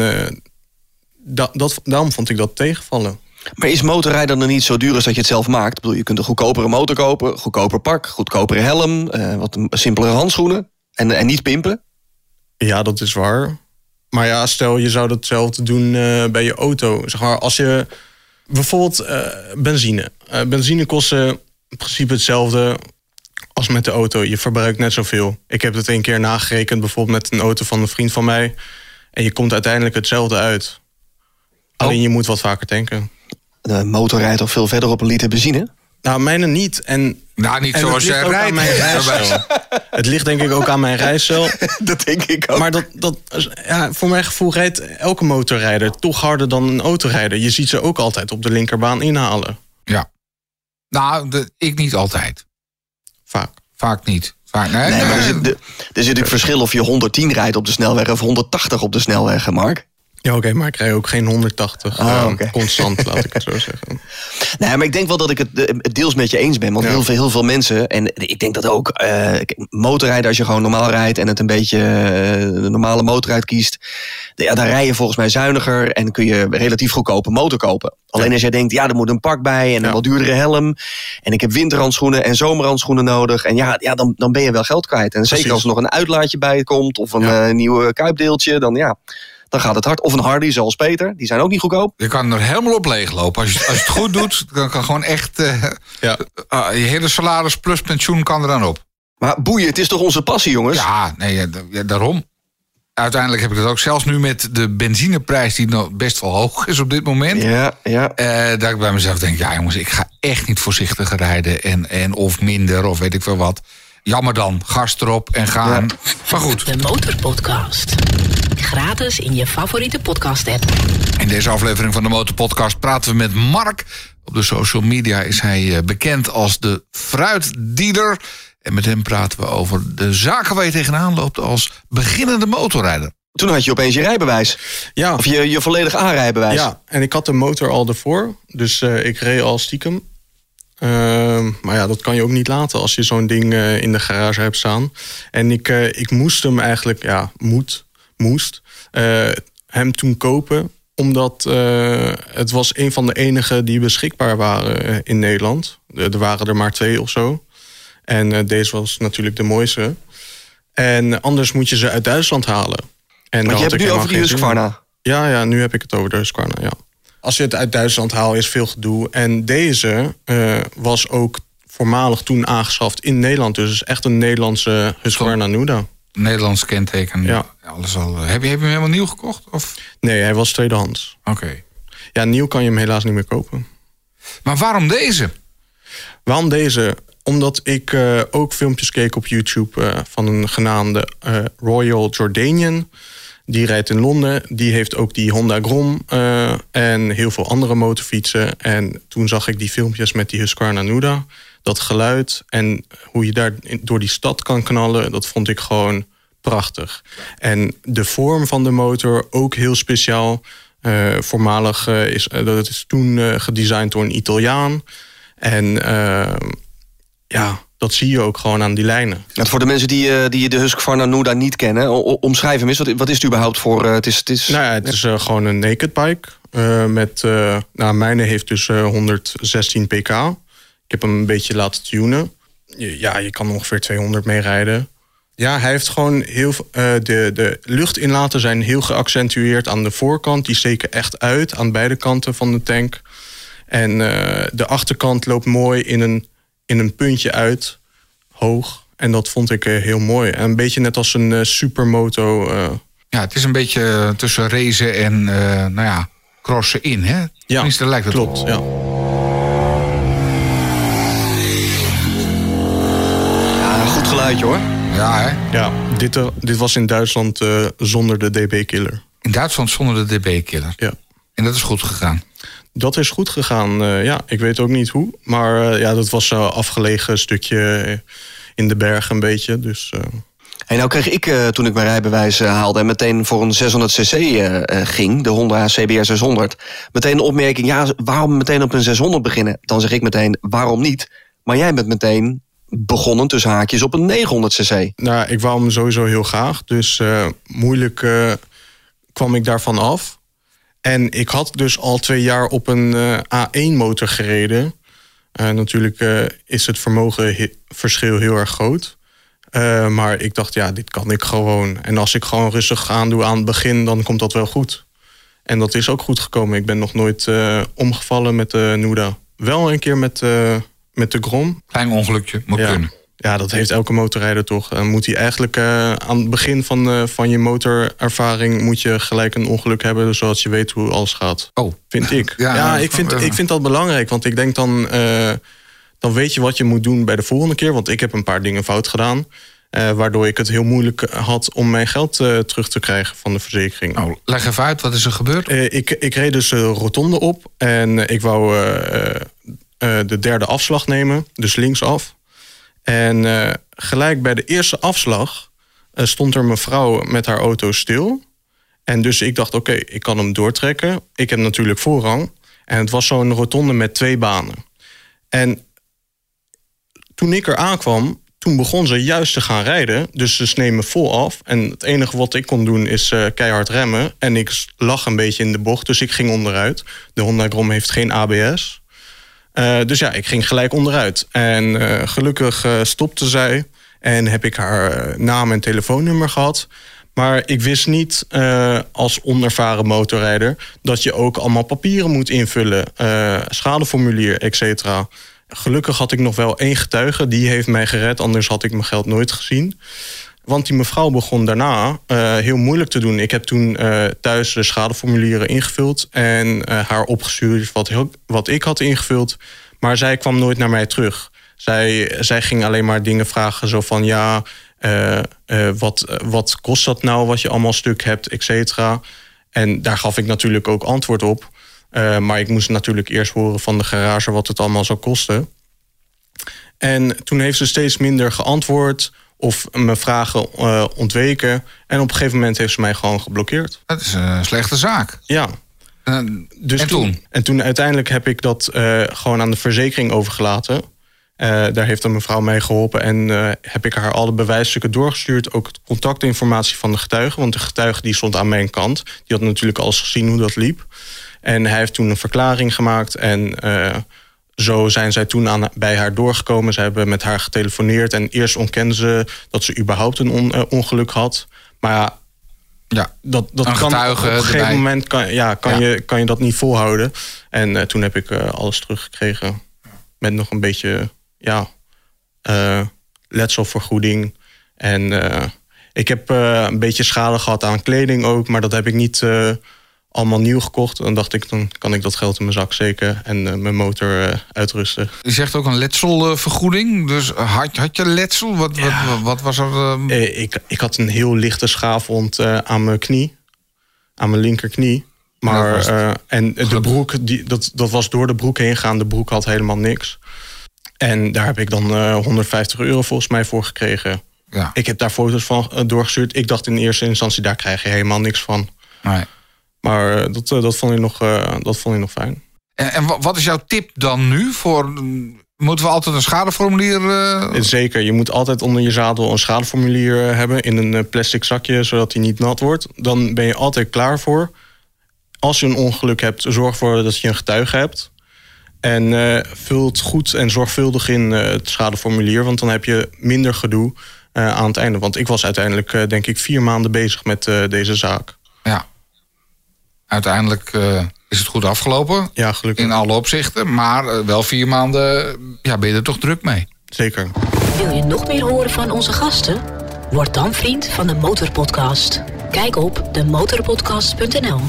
Speaker 4: daarom vond ik dat tegenvallen.
Speaker 3: Maar is motorrijden dan niet zo duur als dat je het zelf maakt? Ik bedoel, je kunt een goedkopere motor kopen, goedkoper pak, goedkopere helm, wat simpelere handschoenen en niet pimpen. Ja,
Speaker 4: dat is waar. Maar stel je zou datzelfde doen bij je auto. Zeg maar, als je bijvoorbeeld benzine. Benzine kost in principe hetzelfde als met de auto. Je verbruikt net zoveel. Ik heb het 1 keer nagerekend, bijvoorbeeld met een auto van een vriend van mij. En je komt uiteindelijk hetzelfde uit. Alleen je moet wat vaker tanken. De motor rijdt toch veel verder op een liter benzine? Nou, mijne niet.
Speaker 2: Niet zoals jij rijdt.
Speaker 4: Het ligt denk ik ook aan mijn rijstijl.
Speaker 3: Dat denk ik ook.
Speaker 4: Maar voor mijn gevoel rijdt elke motorrijder toch harder dan een autorijder. Je ziet ze ook altijd op de linkerbaan inhalen.
Speaker 2: Ja. Ik niet altijd.
Speaker 4: Vaak
Speaker 2: niet.
Speaker 3: Nee, maar er zit natuurlijk verschil of je 110 rijdt op de snelweg of 180 op de snelweg, Mark.
Speaker 4: Ja, oké, maar ik rij ook geen 180 constant, laat ik het zo zeggen.
Speaker 3: Nee, maar ik denk wel dat ik het deels met je eens ben. Want heel veel mensen, en ik denk dat ook motorrijden, als je gewoon normaal rijdt en het een beetje de normale motorrijd kiest, daar rij je volgens mij zuiniger en kun je relatief goedkope motor kopen. Alleen als jij denkt, er moet een pak bij en een wat duurdere helm en ik heb winterhandschoenen en zomerhandschoenen nodig. En dan ben je wel geld kwijt. En zeker als er nog een uitlaatje bij komt of een nieuwe kuipdeeltje, dan gaat het hard. Of een Harley, zoals Peter. Die zijn ook niet goedkoop.
Speaker 2: Je kan er helemaal op leeglopen. Als je het goed doet, dan kan gewoon echt je hele salaris plus pensioen kan er dan op.
Speaker 3: Maar boeien, het is toch onze passie, jongens?
Speaker 2: Ja, daarom. Uiteindelijk heb ik het ook zelfs nu met de benzineprijs die nog best wel hoog is op dit moment.
Speaker 3: Ja.
Speaker 2: Dat ik bij mezelf denk, jongens, ik ga echt niet voorzichtiger rijden en of minder of weet ik veel wat. Jammer dan, gas erop en gaan. Ja. Maar goed.
Speaker 1: De Motorpodcast. Gratis in je favoriete podcast-app.
Speaker 2: In deze aflevering van de Motorpodcast praten we met Mark. Op de social media is hij bekend als de fruitdealer. En met hem praten we over de zaken waar je tegenaan loopt als beginnende motorrijder.
Speaker 3: Toen had je opeens je rijbewijs.
Speaker 4: Ja.
Speaker 3: Of je volledig A-rijbewijs.
Speaker 4: Ja, en ik had de motor al ervoor. Dus ik reed al stiekem. Maar dat kan je ook niet laten als je zo'n ding in de garage hebt staan. En ik moest hem eigenlijk, moest hem toen kopen. Omdat het was een van de enige die beschikbaar waren in Nederland. Er waren er maar 2 of zo. En deze was natuurlijk de mooiste. En anders moet je ze uit Duitsland halen. En
Speaker 3: want je hebt het nu over die Husqvarna.
Speaker 4: Ja, nu heb ik het over de Husqvarna, ja. Als je het uit Duitsland haalt, is veel gedoe. En deze was ook voormalig toen aangeschaft in Nederland. Dus het is echt een Nederlandse Husqvarna Nuda.
Speaker 2: Nederlands kenteken.
Speaker 4: Ja.
Speaker 2: Alles al. Heb je hem helemaal nieuw gekocht? Of?
Speaker 4: Nee, hij was tweedehands.
Speaker 2: Oké.
Speaker 4: Ja, nieuw kan je hem helaas niet meer kopen.
Speaker 2: Maar waarom deze?
Speaker 4: Waarom deze? Omdat ik ook filmpjes keek op YouTube van een genaamde Royal Jordanian. Die rijdt in Londen. Die heeft ook die Honda Grom en heel veel andere motorfietsen. En toen zag ik die filmpjes met die Husqvarna Nuda. Dat geluid en hoe je daar door die stad kan knallen, dat vond ik gewoon prachtig. En de vorm van de motor ook heel speciaal. Voormalig dat is toen gedesigned door een Italiaan. En dat zie je ook gewoon aan die lijnen.
Speaker 3: Ja, voor de mensen die de Husqvarna Nuda niet kennen, omschrijf hem eens. Wat is het überhaupt voor? Het is...
Speaker 4: Nou ja, het is gewoon een naked bike. Mijne heeft dus 116 pk. Ik heb hem een beetje laten tunen. Ja, je kan ongeveer 200 mee rijden. Ja, hij heeft gewoon heel de luchtinlaten zijn heel geaccentueerd aan de voorkant. Die steken echt uit aan beide kanten van de tank. En de achterkant loopt mooi in een puntje uit, hoog. En dat vond ik heel mooi. En een beetje net als een supermoto.
Speaker 2: Ja, het is een beetje tussen racen en crossen in, hè?
Speaker 4: Ja,
Speaker 2: tenminste, lijkt het
Speaker 4: klopt,
Speaker 2: op.
Speaker 4: ja.
Speaker 3: Goed geluidje, hoor.
Speaker 2: Ja, hè?
Speaker 4: Ja, dit was in Duitsland zonder de DB-killer.
Speaker 2: In Duitsland zonder de DB-killer.
Speaker 4: Ja.
Speaker 2: En dat is goed gegaan.
Speaker 4: Dat is goed gegaan, ik weet ook niet hoe. Maar dat was een afgelegen stukje in de bergen een beetje. Dus,
Speaker 3: En nou kreeg ik, toen ik mijn rijbewijs haalde en meteen voor een 600cc ging, de Honda CBR 600, meteen de opmerking, ja, waarom meteen op een 600 beginnen? Dan zeg ik meteen, waarom niet? Maar jij bent meteen begonnen tussen haakjes op een 900cc.
Speaker 4: Nou, ik wou hem sowieso heel graag. Dus moeilijk kwam ik daarvan af. En ik had dus al 2 jaar op een A1-motor gereden. Natuurlijk is het vermogenverschil heel erg groot. Maar ik dacht, ja, dit kan ik gewoon. En als ik gewoon rustig aandoe aan het begin, dan komt dat wel goed. En dat is ook goed gekomen. Ik ben nog nooit omgevallen met de Nuda. Wel een keer met de Grom.
Speaker 2: Klein ongelukje, moet kunnen.
Speaker 4: Ja, dat heeft elke motorrijder toch. Dan moet hij eigenlijk aan het begin van je motorervaring moet je gelijk een ongeluk hebben, zodat je weet hoe alles gaat.
Speaker 2: Oh.
Speaker 4: Vind ik. Ik vind dat belangrijk, want ik denk dan weet je wat je moet doen bij de volgende keer. Want ik heb een paar dingen fout gedaan. Waardoor ik het heel moeilijk had om mijn geld terug te krijgen van de verzekering.
Speaker 2: Nou, leg even uit, wat is er gebeurd?
Speaker 4: Ik reed dus de rotonde op en ik wou de derde afslag nemen, dus linksaf. En gelijk bij de eerste afslag stond er een mevrouw met haar auto stil. En dus ik dacht, oké, ik kan hem doortrekken. Ik heb natuurlijk voorrang. En het was zo'n rotonde met 2 banen. En toen ik er aankwam, toen begon ze juist te gaan rijden. Dus ze sneed me vol af. En het enige wat ik kon doen is keihard remmen. En ik lag een beetje in de bocht, dus ik ging onderuit. De Honda Grom heeft geen ABS. Dus ja, ik ging gelijk onderuit. En gelukkig stopte zij. En heb ik haar naam en telefoonnummer gehad. Maar ik wist niet als onervaren motorrijder dat je ook allemaal papieren moet invullen. Schadeformulier, et cetera. Gelukkig had ik nog wel 1 getuige. Die heeft mij gered, anders had ik mijn geld nooit gezien. Want die mevrouw begon daarna heel moeilijk te doen. Ik heb toen thuis de schadeformulieren ingevuld en haar opgestuurd wat ik had ingevuld. Maar zij kwam nooit naar mij terug. Zij ging alleen maar dingen vragen zo van ja, wat kost dat nou wat je allemaal stuk hebt, et cetera. En daar gaf ik natuurlijk ook antwoord op. Maar ik moest natuurlijk eerst horen van de garage wat het allemaal zou kosten. En toen heeft ze steeds minder geantwoord of mijn vragen ontweken. En op een gegeven moment heeft ze mij gewoon geblokkeerd.
Speaker 2: Dat is een slechte zaak.
Speaker 4: Ja.
Speaker 2: Dus en toen?
Speaker 4: En toen uiteindelijk heb ik dat gewoon aan de verzekering overgelaten. Daar heeft een mevrouw mee geholpen en heb ik haar alle bewijsstukken doorgestuurd. Ook contactinformatie van de getuige. Want de getuige die stond aan mijn kant. Die had natuurlijk alles gezien hoe dat liep. En hij heeft toen een verklaring gemaakt. En zo zijn zij toen bij haar doorgekomen. Ze hebben met haar getelefoneerd. En eerst ontkende ze dat ze überhaupt een ongeluk had. Maar dat kan
Speaker 2: getuige
Speaker 4: op een gegeven
Speaker 2: erbij.
Speaker 4: moment kan je dat niet volhouden. En toen heb ik alles teruggekregen. Met nog een beetje letselvergoeding. En ik heb een beetje schade gehad aan kleding ook. Maar dat heb ik niet allemaal nieuw gekocht. Dan dacht ik, dan kan ik dat geld in mijn zak steken. En mijn motor uitrusten.
Speaker 2: Je zegt ook een letselvergoeding. Dus had je letsel? Wat was er?
Speaker 4: Ik had een heel lichte schaafwond aan mijn knie. Aan mijn linkerknie. Maar en de broek, dat was door de broek heen gaan. De broek had helemaal niks. En daar heb ik dan €150 volgens mij voor gekregen.
Speaker 2: Ja.
Speaker 4: Ik heb daar foto's van doorgestuurd. Ik dacht in eerste instantie, daar krijg je helemaal niks van.
Speaker 2: Nee.
Speaker 4: Maar dat vond ik nog fijn.
Speaker 2: En wat is jouw tip dan nu? Moeten we altijd een schadeformulier?
Speaker 4: Zeker, je moet altijd onder je zadel een schadeformulier hebben... in een plastic zakje, zodat hij niet nat wordt. Dan ben je altijd klaar voor. Als je een ongeluk hebt, zorg ervoor dat je een getuige hebt. En vul het goed en zorgvuldig in het schadeformulier... want dan heb je minder gedoe aan het einde. Want ik was uiteindelijk, denk ik, 4 maanden bezig met deze zaak.
Speaker 2: Ja. Uiteindelijk is het goed afgelopen.
Speaker 4: Ja, gelukkig.
Speaker 2: In alle opzichten. Maar wel 4 maanden ben je er toch druk mee.
Speaker 4: Zeker.
Speaker 1: Wil je nog meer horen van onze gasten? Word dan vriend van de Motorpodcast. Kijk op demotorpodcast.nl.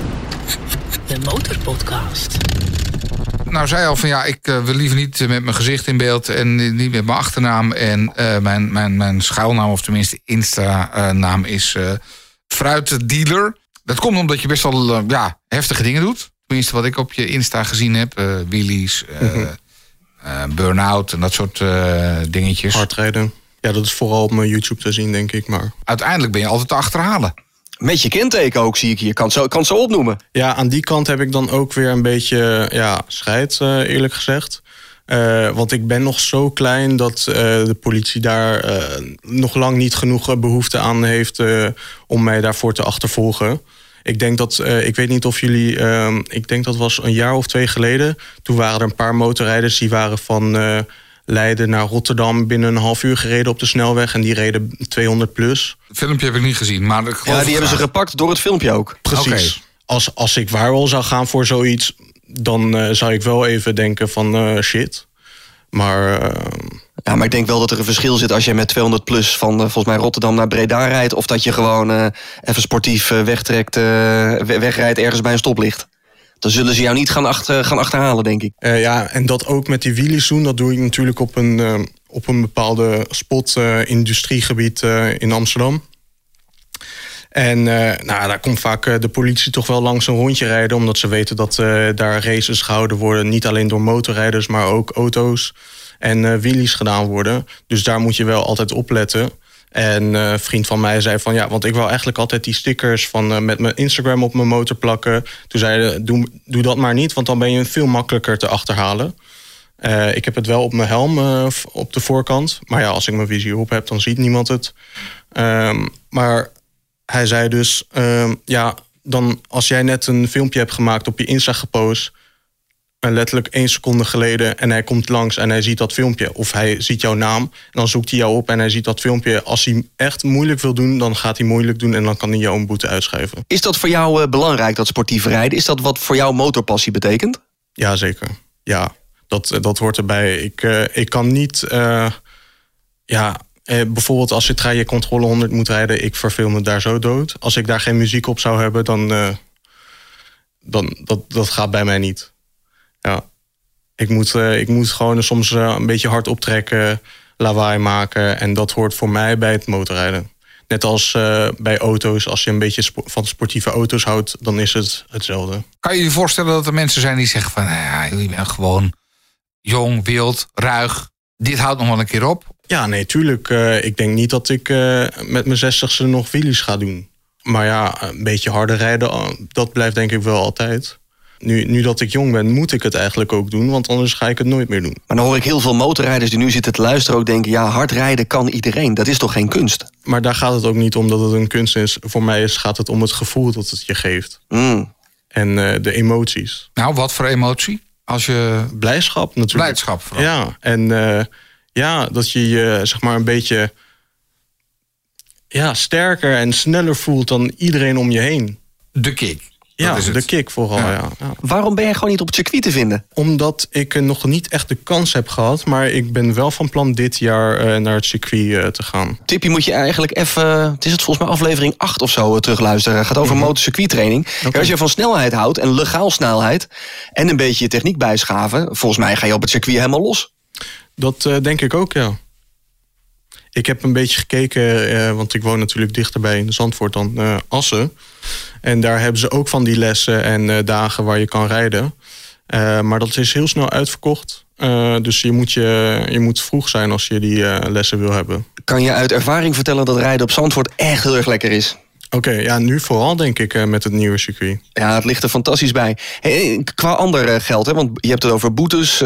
Speaker 1: De Motorpodcast.
Speaker 2: Nou, zei al van ik wil liever niet met mijn gezicht in beeld en niet met mijn achternaam. En mijn schuilnaam, of tenminste Insta-naam is Fruitdealer. Dat komt omdat je best wel heftige dingen doet. Tenminste, wat ik op je Insta gezien heb. Wheelies, burn-out en dat soort dingetjes.
Speaker 4: Hardrijden. Ja, dat is vooral op mijn YouTube te zien, denk ik. Maar
Speaker 2: Uiteindelijk ben je altijd te achterhalen.
Speaker 3: Met je kenteken ook, zie ik hier. Kan het zo opnoemen.
Speaker 4: ja, aan die kant heb ik dan ook weer een beetje scheid, eerlijk gezegd. Want ik ben nog zo klein dat de politie daar nog lang niet genoeg behoefte aan heeft om mij daarvoor te achtervolgen. Ik denk dat, ik weet niet of jullie, ik denk dat was een jaar of 2 geleden. Toen waren er een paar motorrijders die waren van Leiden naar Rotterdam binnen een half uur gereden op de snelweg. En die reden 200 plus.
Speaker 2: Het filmpje heb ik niet gezien, maar ik geloof
Speaker 3: Ja, die hebben ze gepakt door het filmpje ook.
Speaker 4: Precies. Okay. Als ik viral zou gaan voor zoiets, dan zou ik wel even denken van shit. Maar
Speaker 3: Ja, maar ik denk wel dat er een verschil zit als je met 200 plus van volgens mij Rotterdam naar Breda rijdt. Of dat je gewoon even sportief wegrijdt ergens bij een stoplicht. Dan zullen ze jou niet gaan achterhalen, denk ik.
Speaker 4: Ja, en dat ook met die wheelies doen. Dat doe ik natuurlijk op een bepaalde spot, industriegebied in Amsterdam. En daar komt vaak de politie toch wel langs een rondje rijden. Omdat ze weten dat daar races gehouden worden. Niet alleen door motorrijders, maar ook auto's. En wheelies gedaan worden. Dus daar moet je wel altijd op letten. En een vriend van mij zei van want ik wou eigenlijk altijd die stickers van met mijn Instagram op mijn motor plakken. Toen zei hij, doe dat maar niet, want dan ben je veel makkelijker te achterhalen. Ik heb het wel op mijn helm op de voorkant. Maar als ik mijn vizier op heb, dan ziet niemand het. Maar hij zei dus, dan als jij net een filmpje hebt gemaakt op je Insta gepost, letterlijk 1 seconde geleden, en hij komt langs en hij ziet dat filmpje, of hij ziet jouw naam, en dan zoekt hij jou op en hij ziet dat filmpje. Als hij echt moeilijk wil doen, dan gaat hij moeilijk doen en dan kan hij jou een boete uitschrijven.
Speaker 3: Is dat voor jou belangrijk, dat sportieve rijden? Is dat wat voor jou motorpassie betekent?
Speaker 4: Ja, zeker. Ja, dat hoort erbij. Ik kan niet bijvoorbeeld als je trajectcontrole 100 moet rijden, ik verveel me daar zo dood. Als ik daar geen muziek op zou hebben, dan dat gaat bij mij niet. Ja, ik moet gewoon soms een beetje hard optrekken, lawaai maken. En dat hoort voor mij bij het motorrijden. Net als bij auto's, als je een beetje van sportieve auto's houdt, dan is het hetzelfde.
Speaker 2: Kan je je voorstellen dat er mensen zijn die zeggen van, je bent gewoon jong, wild, ruig. Dit houdt nog wel een keer op.
Speaker 4: Ja, nee, tuurlijk. Ik denk niet dat ik met mijn 60ste nog wheelies ga doen. Maar ja, een beetje harder rijden, dat blijft denk ik wel altijd. Nu dat ik jong ben, moet ik het eigenlijk ook doen, want anders ga ik het nooit meer doen.
Speaker 3: Maar dan hoor ik heel veel motorrijders die nu zitten te luisteren ook denken, ja, hard rijden kan iedereen. Dat is toch geen kunst?
Speaker 4: Maar daar gaat het ook niet om dat het een kunst is. Voor mij gaat het om het gevoel dat het je geeft. En de emoties.
Speaker 2: Nou, wat voor emotie? Als je...
Speaker 4: Blijdschap natuurlijk.
Speaker 2: Blijdschap vooral.
Speaker 4: Ja, en dat je je zeg maar een beetje sterker en sneller voelt dan iedereen om je heen.
Speaker 2: De kick.
Speaker 4: Ja, de kick vooral. Ja.
Speaker 3: Waarom ben jij gewoon niet op het circuit te vinden?
Speaker 4: Omdat ik nog niet echt de kans heb gehad. Maar ik ben wel van plan dit jaar naar het circuit te gaan.
Speaker 3: Tippie, moet je eigenlijk even... Het is het volgens mij aflevering 8 of zo terugluisteren. Het gaat over motorcircuittraining. Okay. Als je van snelheid houdt en legaal snelheid... en een beetje je techniek bijschaven... volgens mij ga je op het circuit helemaal los.
Speaker 4: Dat denk ik ook, ja. Ik heb een beetje gekeken, want ik woon natuurlijk dichterbij in Zandvoort dan Assen. En daar hebben ze ook van die lessen en dagen waar je kan rijden. Maar dat is heel snel uitverkocht. Dus je moet vroeg zijn als je die lessen wil hebben.
Speaker 3: Kan je uit ervaring vertellen dat rijden op Zandvoort echt heel erg lekker is?
Speaker 4: Oké, ja, nu vooral denk ik met het nieuwe circuit.
Speaker 3: Ja, het ligt er fantastisch bij. Hey, qua ander geld, hè, want je hebt het over boetes,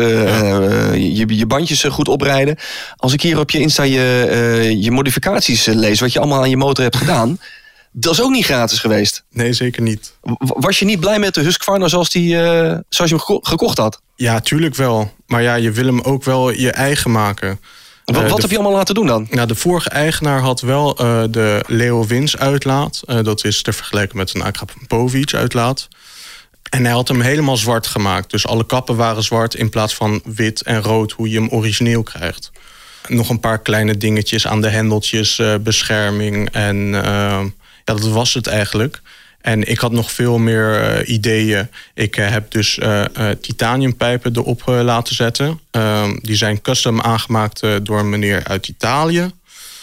Speaker 3: je bandjes goed oprijden. Als ik hier op je Insta je modificaties lees, wat je allemaal aan je motor hebt gedaan... Dat is ook niet gratis geweest.
Speaker 4: Nee, zeker niet.
Speaker 3: Was je niet blij met de Husqvarna zoals je hem gekocht had?
Speaker 4: Ja, tuurlijk wel. Maar ja, je wil hem ook wel je eigen maken.
Speaker 3: Wat heb je allemaal laten doen dan?
Speaker 4: Nou, de vorige eigenaar had wel de Leo Wins uitlaat. Dat is te vergelijken met een Akrapovic uitlaat. En hij had hem helemaal zwart gemaakt. Dus alle kappen waren zwart in plaats van wit en rood, hoe je hem origineel krijgt. Nog een paar kleine dingetjes aan de hendeltjes, bescherming en... dat was het eigenlijk. En ik had nog veel meer ideeën. Ik heb dus titaniumpijpen erop laten zetten. Die zijn custom aangemaakt door een meneer uit Italië.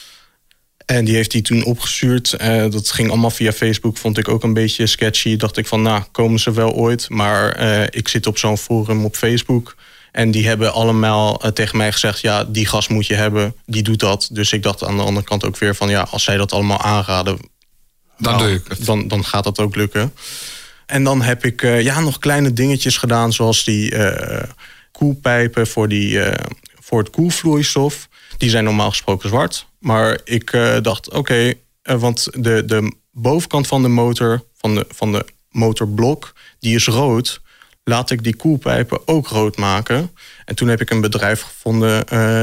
Speaker 4: En die heeft hij toen opgestuurd. Dat ging allemaal via Facebook, vond ik ook een beetje sketchy. Dacht ik van, nou, komen ze wel ooit. Maar ik zit op zo'n forum op Facebook... En die hebben allemaal tegen mij gezegd... ja, die gast moet je hebben, die doet dat. Dus ik dacht aan de andere kant ook weer van... ja, als zij dat allemaal aanraden...
Speaker 2: Dan doe ik het.
Speaker 4: Dan gaat dat ook lukken. En dan heb ik nog kleine dingetjes gedaan... zoals die koelpijpen voor het koelvloeistof. Die zijn normaal gesproken zwart. Maar ik dacht, oké, want de bovenkant van de motor... van de motorblok, die is rood... laat ik die koelpijpen ook rood maken. En toen heb ik een bedrijf gevonden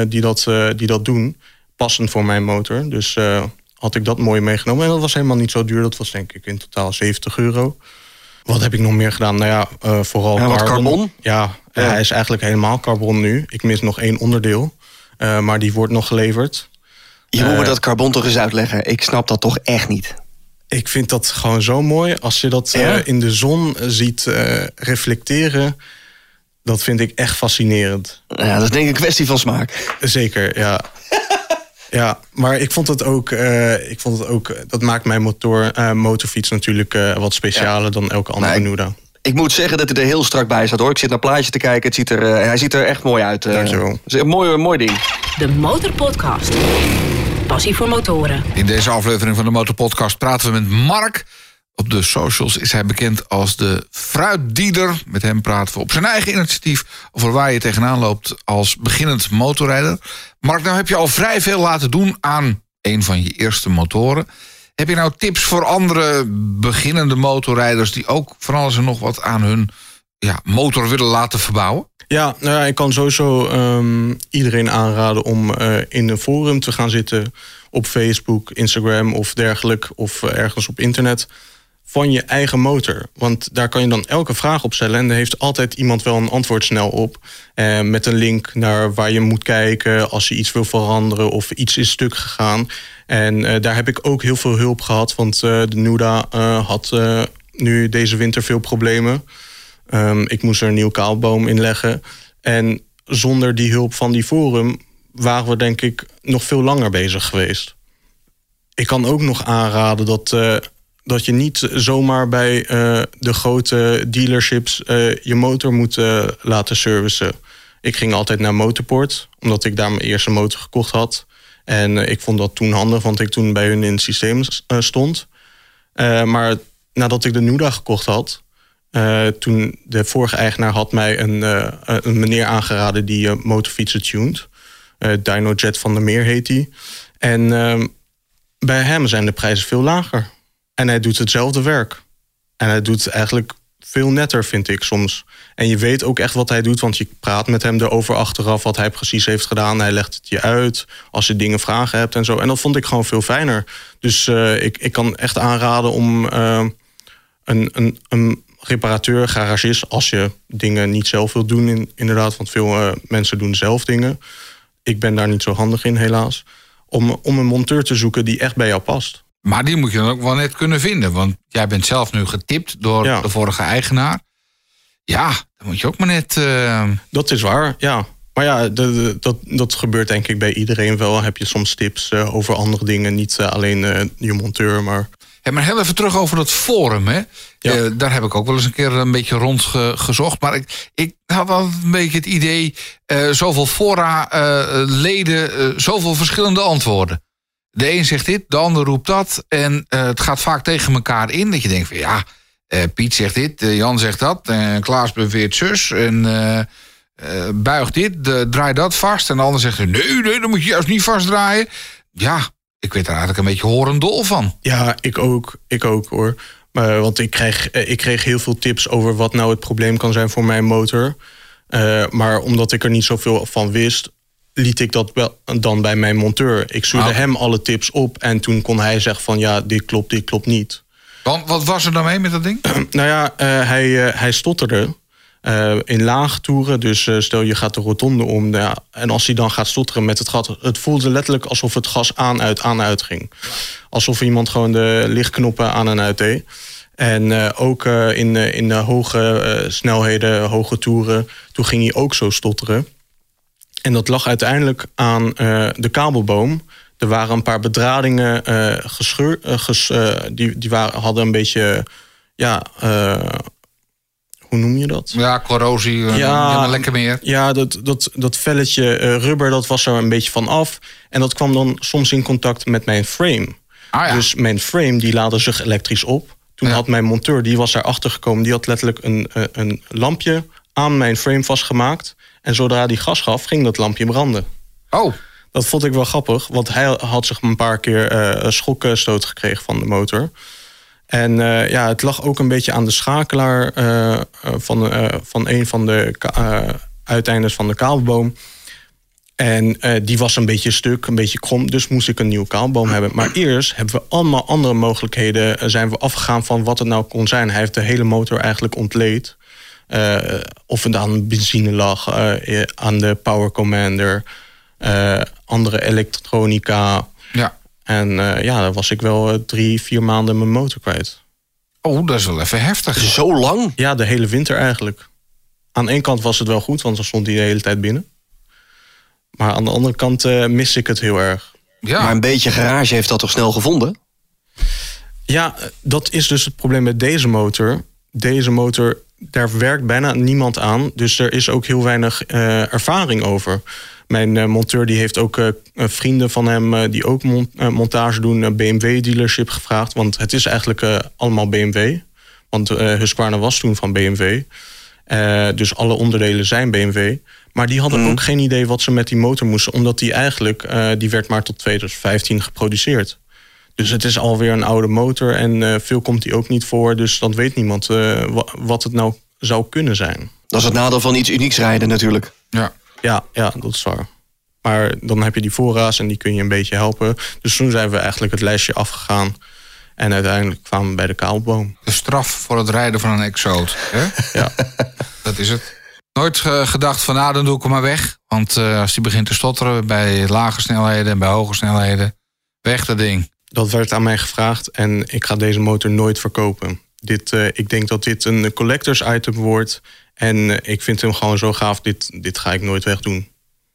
Speaker 4: die dat doen. Passend voor mijn motor. Dus had ik dat mooi meegenomen. En dat was helemaal niet zo duur. Dat was denk ik in totaal €70. Wat heb ik nog meer gedaan? Nou ja, vooral
Speaker 3: carbon.
Speaker 4: Ja, hij is eigenlijk helemaal carbon nu. Ik mis nog 1 onderdeel. Maar die wordt nog geleverd.
Speaker 3: Je moet me dat carbon toch eens uitleggen. Ik snap dat toch echt niet.
Speaker 4: Ik vind dat gewoon zo mooi. Als je dat in de zon ziet reflecteren... dat vind ik echt fascinerend.
Speaker 3: Ja, dat is denk ik een kwestie van smaak.
Speaker 4: Zeker, ja. Ja, maar ik vond het ook... dat maakt mijn motorfiets natuurlijk wat specialer... dan elke andere Nuda.
Speaker 3: Ik moet zeggen dat hij er heel strak bij staat, hoor. Ik zit naar plaatje te kijken. Hij ziet er echt mooi uit.
Speaker 4: Dankjewel.
Speaker 3: Het is een mooi ding.
Speaker 1: De Motorpodcast. Passie voor motoren.
Speaker 2: In deze aflevering van de Motorpodcast praten we met Mark. Op de socials is hij bekend als de fruitdealer. Met hem praten we op zijn eigen initiatief over waar je tegenaan loopt als beginnend motorrijder. Mark, nou heb je al vrij veel laten doen aan een van je eerste motoren. Heb je nou tips voor andere beginnende motorrijders die ook van alles en nog wat aan hun motor willen laten verbouwen?
Speaker 4: Ja, nou ja, ik kan sowieso iedereen aanraden om in een forum te gaan zitten op Facebook, Instagram of dergelijk, of ergens op internet, van je eigen motor. Want daar kan je dan elke vraag op stellen en er heeft altijd iemand wel een antwoord snel op. Met een link naar waar je moet kijken als je iets wil veranderen of iets is stuk gegaan. En daar heb ik ook heel veel hulp gehad, want de Nuda had nu deze winter veel problemen. Ik moest er een nieuw kabelboom in leggen. En zonder die hulp van die forum waren we denk ik nog veel langer bezig geweest. Ik kan ook nog aanraden dat je niet zomaar bij de grote dealerships je motor moet laten servicen. Ik ging altijd naar Motorpoort, omdat ik daar mijn eerste motor gekocht had. En ik vond dat toen handig, want ik toen bij hun in het systeem stond. Maar nadat ik de Nuda gekocht had, Toen de vorige eigenaar had mij een meneer aangeraden die motorfietsen tuned. Dynojet van der Meer heet hij. En bij hem zijn de prijzen veel lager. En hij doet hetzelfde werk. En hij doet eigenlijk veel netter, vind ik soms. En je weet ook echt wat hij doet, want je praat met hem erover achteraf wat hij precies heeft gedaan. Hij legt het je uit als je vragen hebt en zo. En dat vond ik gewoon veel fijner. Dus ik kan echt aanraden om een reparateur, garagist, als je dingen niet zelf wilt doen, inderdaad, want veel mensen doen zelf dingen. Ik ben daar niet zo handig in, helaas. Om een monteur te zoeken die echt bij jou past.
Speaker 2: Maar die moet je dan ook wel net kunnen vinden. Want jij bent zelf nu getipt door de vorige eigenaar. Ja, dan moet je ook maar net...
Speaker 4: Dat is waar, ja. Maar ja, dat gebeurt denk ik bij iedereen wel. Heb je soms tips over andere dingen. Niet alleen je monteur, maar...
Speaker 2: Ja, maar heel even terug over dat forum, hè. Ja. Daar heb ik ook wel eens een keer een beetje rondgezocht. Maar ik had wel een beetje het idee... zoveel fora-leden, zoveel verschillende antwoorden. De een zegt dit, de ander roept dat. En het gaat vaak tegen elkaar in. Dat je denkt van ja, Piet zegt dit, Jan zegt dat. Klaas beweert zus. En buig dit, draai dat vast. En de ander zegt nee, dat moet je juist niet vastdraaien. Ja, ik weet er eigenlijk een beetje horendol van.
Speaker 4: Ja, ik ook hoor. Want ik kreeg heel veel tips over wat nou het probleem kan zijn voor mijn motor. Maar omdat ik er niet zoveel van wist, liet ik dat wel dan bij mijn monteur. Ik stuurde hem alle tips op en toen kon hij zeggen van ja, dit klopt niet.
Speaker 2: Want wat was er dan mee met dat ding?
Speaker 4: Nou ja, hij stotterde in lage toeren. Dus stel je gaat de rotonde om. En als hij dan gaat stotteren met het gas, het voelde letterlijk alsof het gas aan-uit ging. Alsof iemand gewoon de lichtknoppen aan en uit deed. En ook in de hoge snelheden, hoge toeren, toen ging hij ook zo stotteren. En dat lag uiteindelijk aan de kabelboom. Er waren een paar bedradingen gescheurd. Hadden een beetje, hoe noem je dat?
Speaker 2: Ja, corrosie, maar lekker meer.
Speaker 4: Ja, dat velletje rubber, dat was er een beetje van af. En dat kwam dan soms in contact met mijn frame. Dus mijn frame, die laadde zich elektrisch op. Toen had mijn monteur, die was daarachter gekomen, die had letterlijk een lampje aan mijn frame vastgemaakt. En zodra die gas gaf, ging dat lampje branden.
Speaker 2: Oh.
Speaker 4: Dat vond ik wel grappig, want hij had zich een paar keer een schokstoot gekregen van de motor. En het lag ook een beetje aan de schakelaar van een van de uiteindes van de kabelboom. En die was een beetje stuk, een beetje krom, dus moest ik een nieuwe kabelboom hebben. Maar eerst hebben we allemaal andere mogelijkheden, zijn we afgegaan van wat het nou kon zijn. Hij heeft de hele motor eigenlijk ontleed. Of het aan benzine lag, aan de power commander, andere elektronica.
Speaker 2: Ja.
Speaker 4: En dan was ik wel 3-4 maanden mijn motor kwijt.
Speaker 2: Oh, dat is wel even heftig.
Speaker 3: Zo lang?
Speaker 4: Ja, de hele winter eigenlijk. Aan één kant was het wel goed, want dan stond hij de hele tijd binnen. Maar aan de andere kant mis ik het heel erg.
Speaker 3: Ja. Maar een beetje garage heeft dat toch snel gevonden?
Speaker 4: Ja, dat is dus het probleem met deze motor. Deze motor, daar werkt bijna niemand aan. Dus er is ook heel weinig ervaring over. Mijn monteur die heeft ook vrienden van hem die ook montage doen, BMW-dealership gevraagd. Want het is eigenlijk allemaal BMW. Want Husqvarna was toen van BMW. Dus alle onderdelen zijn BMW. Maar die hadden ook geen idee wat ze met die motor moesten. Omdat die eigenlijk, die werd maar tot 2015 geproduceerd. Dus het is alweer een oude motor en veel komt die ook niet voor. Dus dan weet niemand wat het nou zou kunnen zijn.
Speaker 3: Dat is het nadeel van iets unieks rijden natuurlijk.
Speaker 4: Ja, dat is waar. Maar dan heb je die fora's en die kun je een beetje helpen. Dus toen zijn we eigenlijk het lijstje afgegaan. En uiteindelijk kwamen we bij de kabelboom.
Speaker 2: De straf voor het rijden van een exoot. Hè?
Speaker 4: Ja.
Speaker 2: Dat is het. Nooit gedacht van dan doe ik hem maar weg. Want als die begint te stotteren bij lage snelheden en bij hoge snelheden, weg dat ding.
Speaker 4: Dat werd aan mij gevraagd en ik ga deze motor nooit verkopen. Ik denk dat dit een collectors item wordt. En ik vind hem gewoon zo gaaf, dit ga ik nooit wegdoen.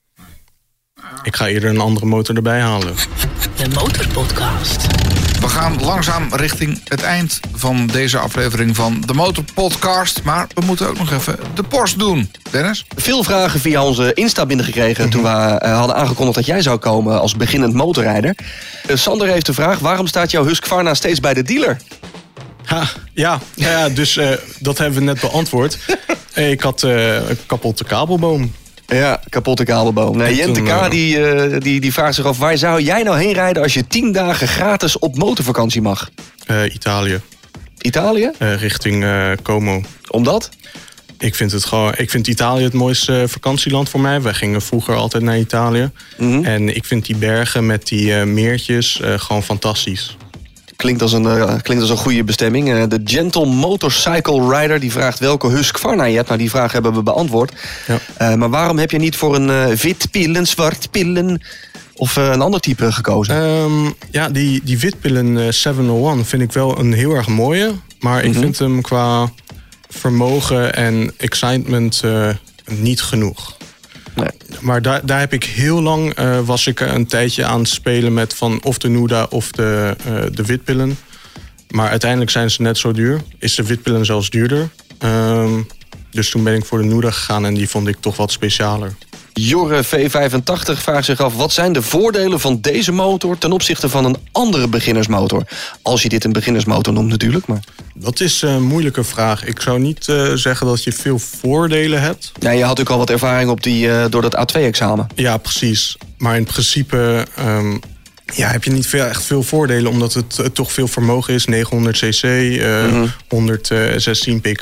Speaker 4: Ik ga eerder een andere motor erbij halen.
Speaker 1: De Motorpodcast.
Speaker 2: We gaan langzaam richting het eind van deze aflevering van de Motorpodcast. Maar we moeten ook nog even de post doen. Dennis?
Speaker 3: Veel vragen via onze Insta binnengekregen toen we hadden aangekondigd dat jij zou komen als beginnend motorrijder. Sander heeft de vraag, waarom staat jouw Husqvarna steeds bij de dealer?
Speaker 4: Dus dat hebben we net beantwoord. Ik had een kapotte kabelboom.
Speaker 3: Ja, kapotte kabelboom. Nee, Jente K. Die vraagt zich af... waar zou jij nou heen rijden als je 10 dagen gratis op motorvakantie mag?
Speaker 4: Italië.
Speaker 3: Italië?
Speaker 4: Richting Como.
Speaker 3: Omdat?
Speaker 4: Ik vind Italië het mooiste vakantieland voor mij. Wij gingen vroeger altijd naar Italië. Mm-hmm. En ik vind die bergen met die meertjes gewoon fantastisch.
Speaker 3: Klinkt als een goede bestemming. De Gentle Motorcycle Rider die vraagt welke Husqvarna je hebt. Nou, die vraag hebben we beantwoord. Ja. Maar waarom heb je niet voor een witpillen, zwartpillen of een ander type gekozen?
Speaker 4: Die witpillen 701 vind ik wel een heel erg mooie. Maar ik vind hem qua vermogen en excitement niet genoeg. Nee. Maar daar heb ik heel lang was ik een tijdje aan het spelen met van of de Nuda of de witpillen. Maar uiteindelijk zijn ze net zo duur. Is de witpillen zelfs duurder. Dus toen ben ik voor de Nuda gegaan en die vond ik toch wat specialer.
Speaker 3: Jorre V85 vraagt zich af... wat zijn de voordelen van deze motor ten opzichte van een andere beginnersmotor? Als je dit een beginnersmotor noemt natuurlijk. Maar...
Speaker 4: Dat is een moeilijke vraag. Ik zou niet zeggen dat je veel voordelen hebt.
Speaker 3: Ja, je had ook al wat ervaring op door dat A2-examen.
Speaker 4: Ja, precies. Maar in principe heb je niet echt veel voordelen... omdat het toch veel vermogen is. 900 cc, 116 pk.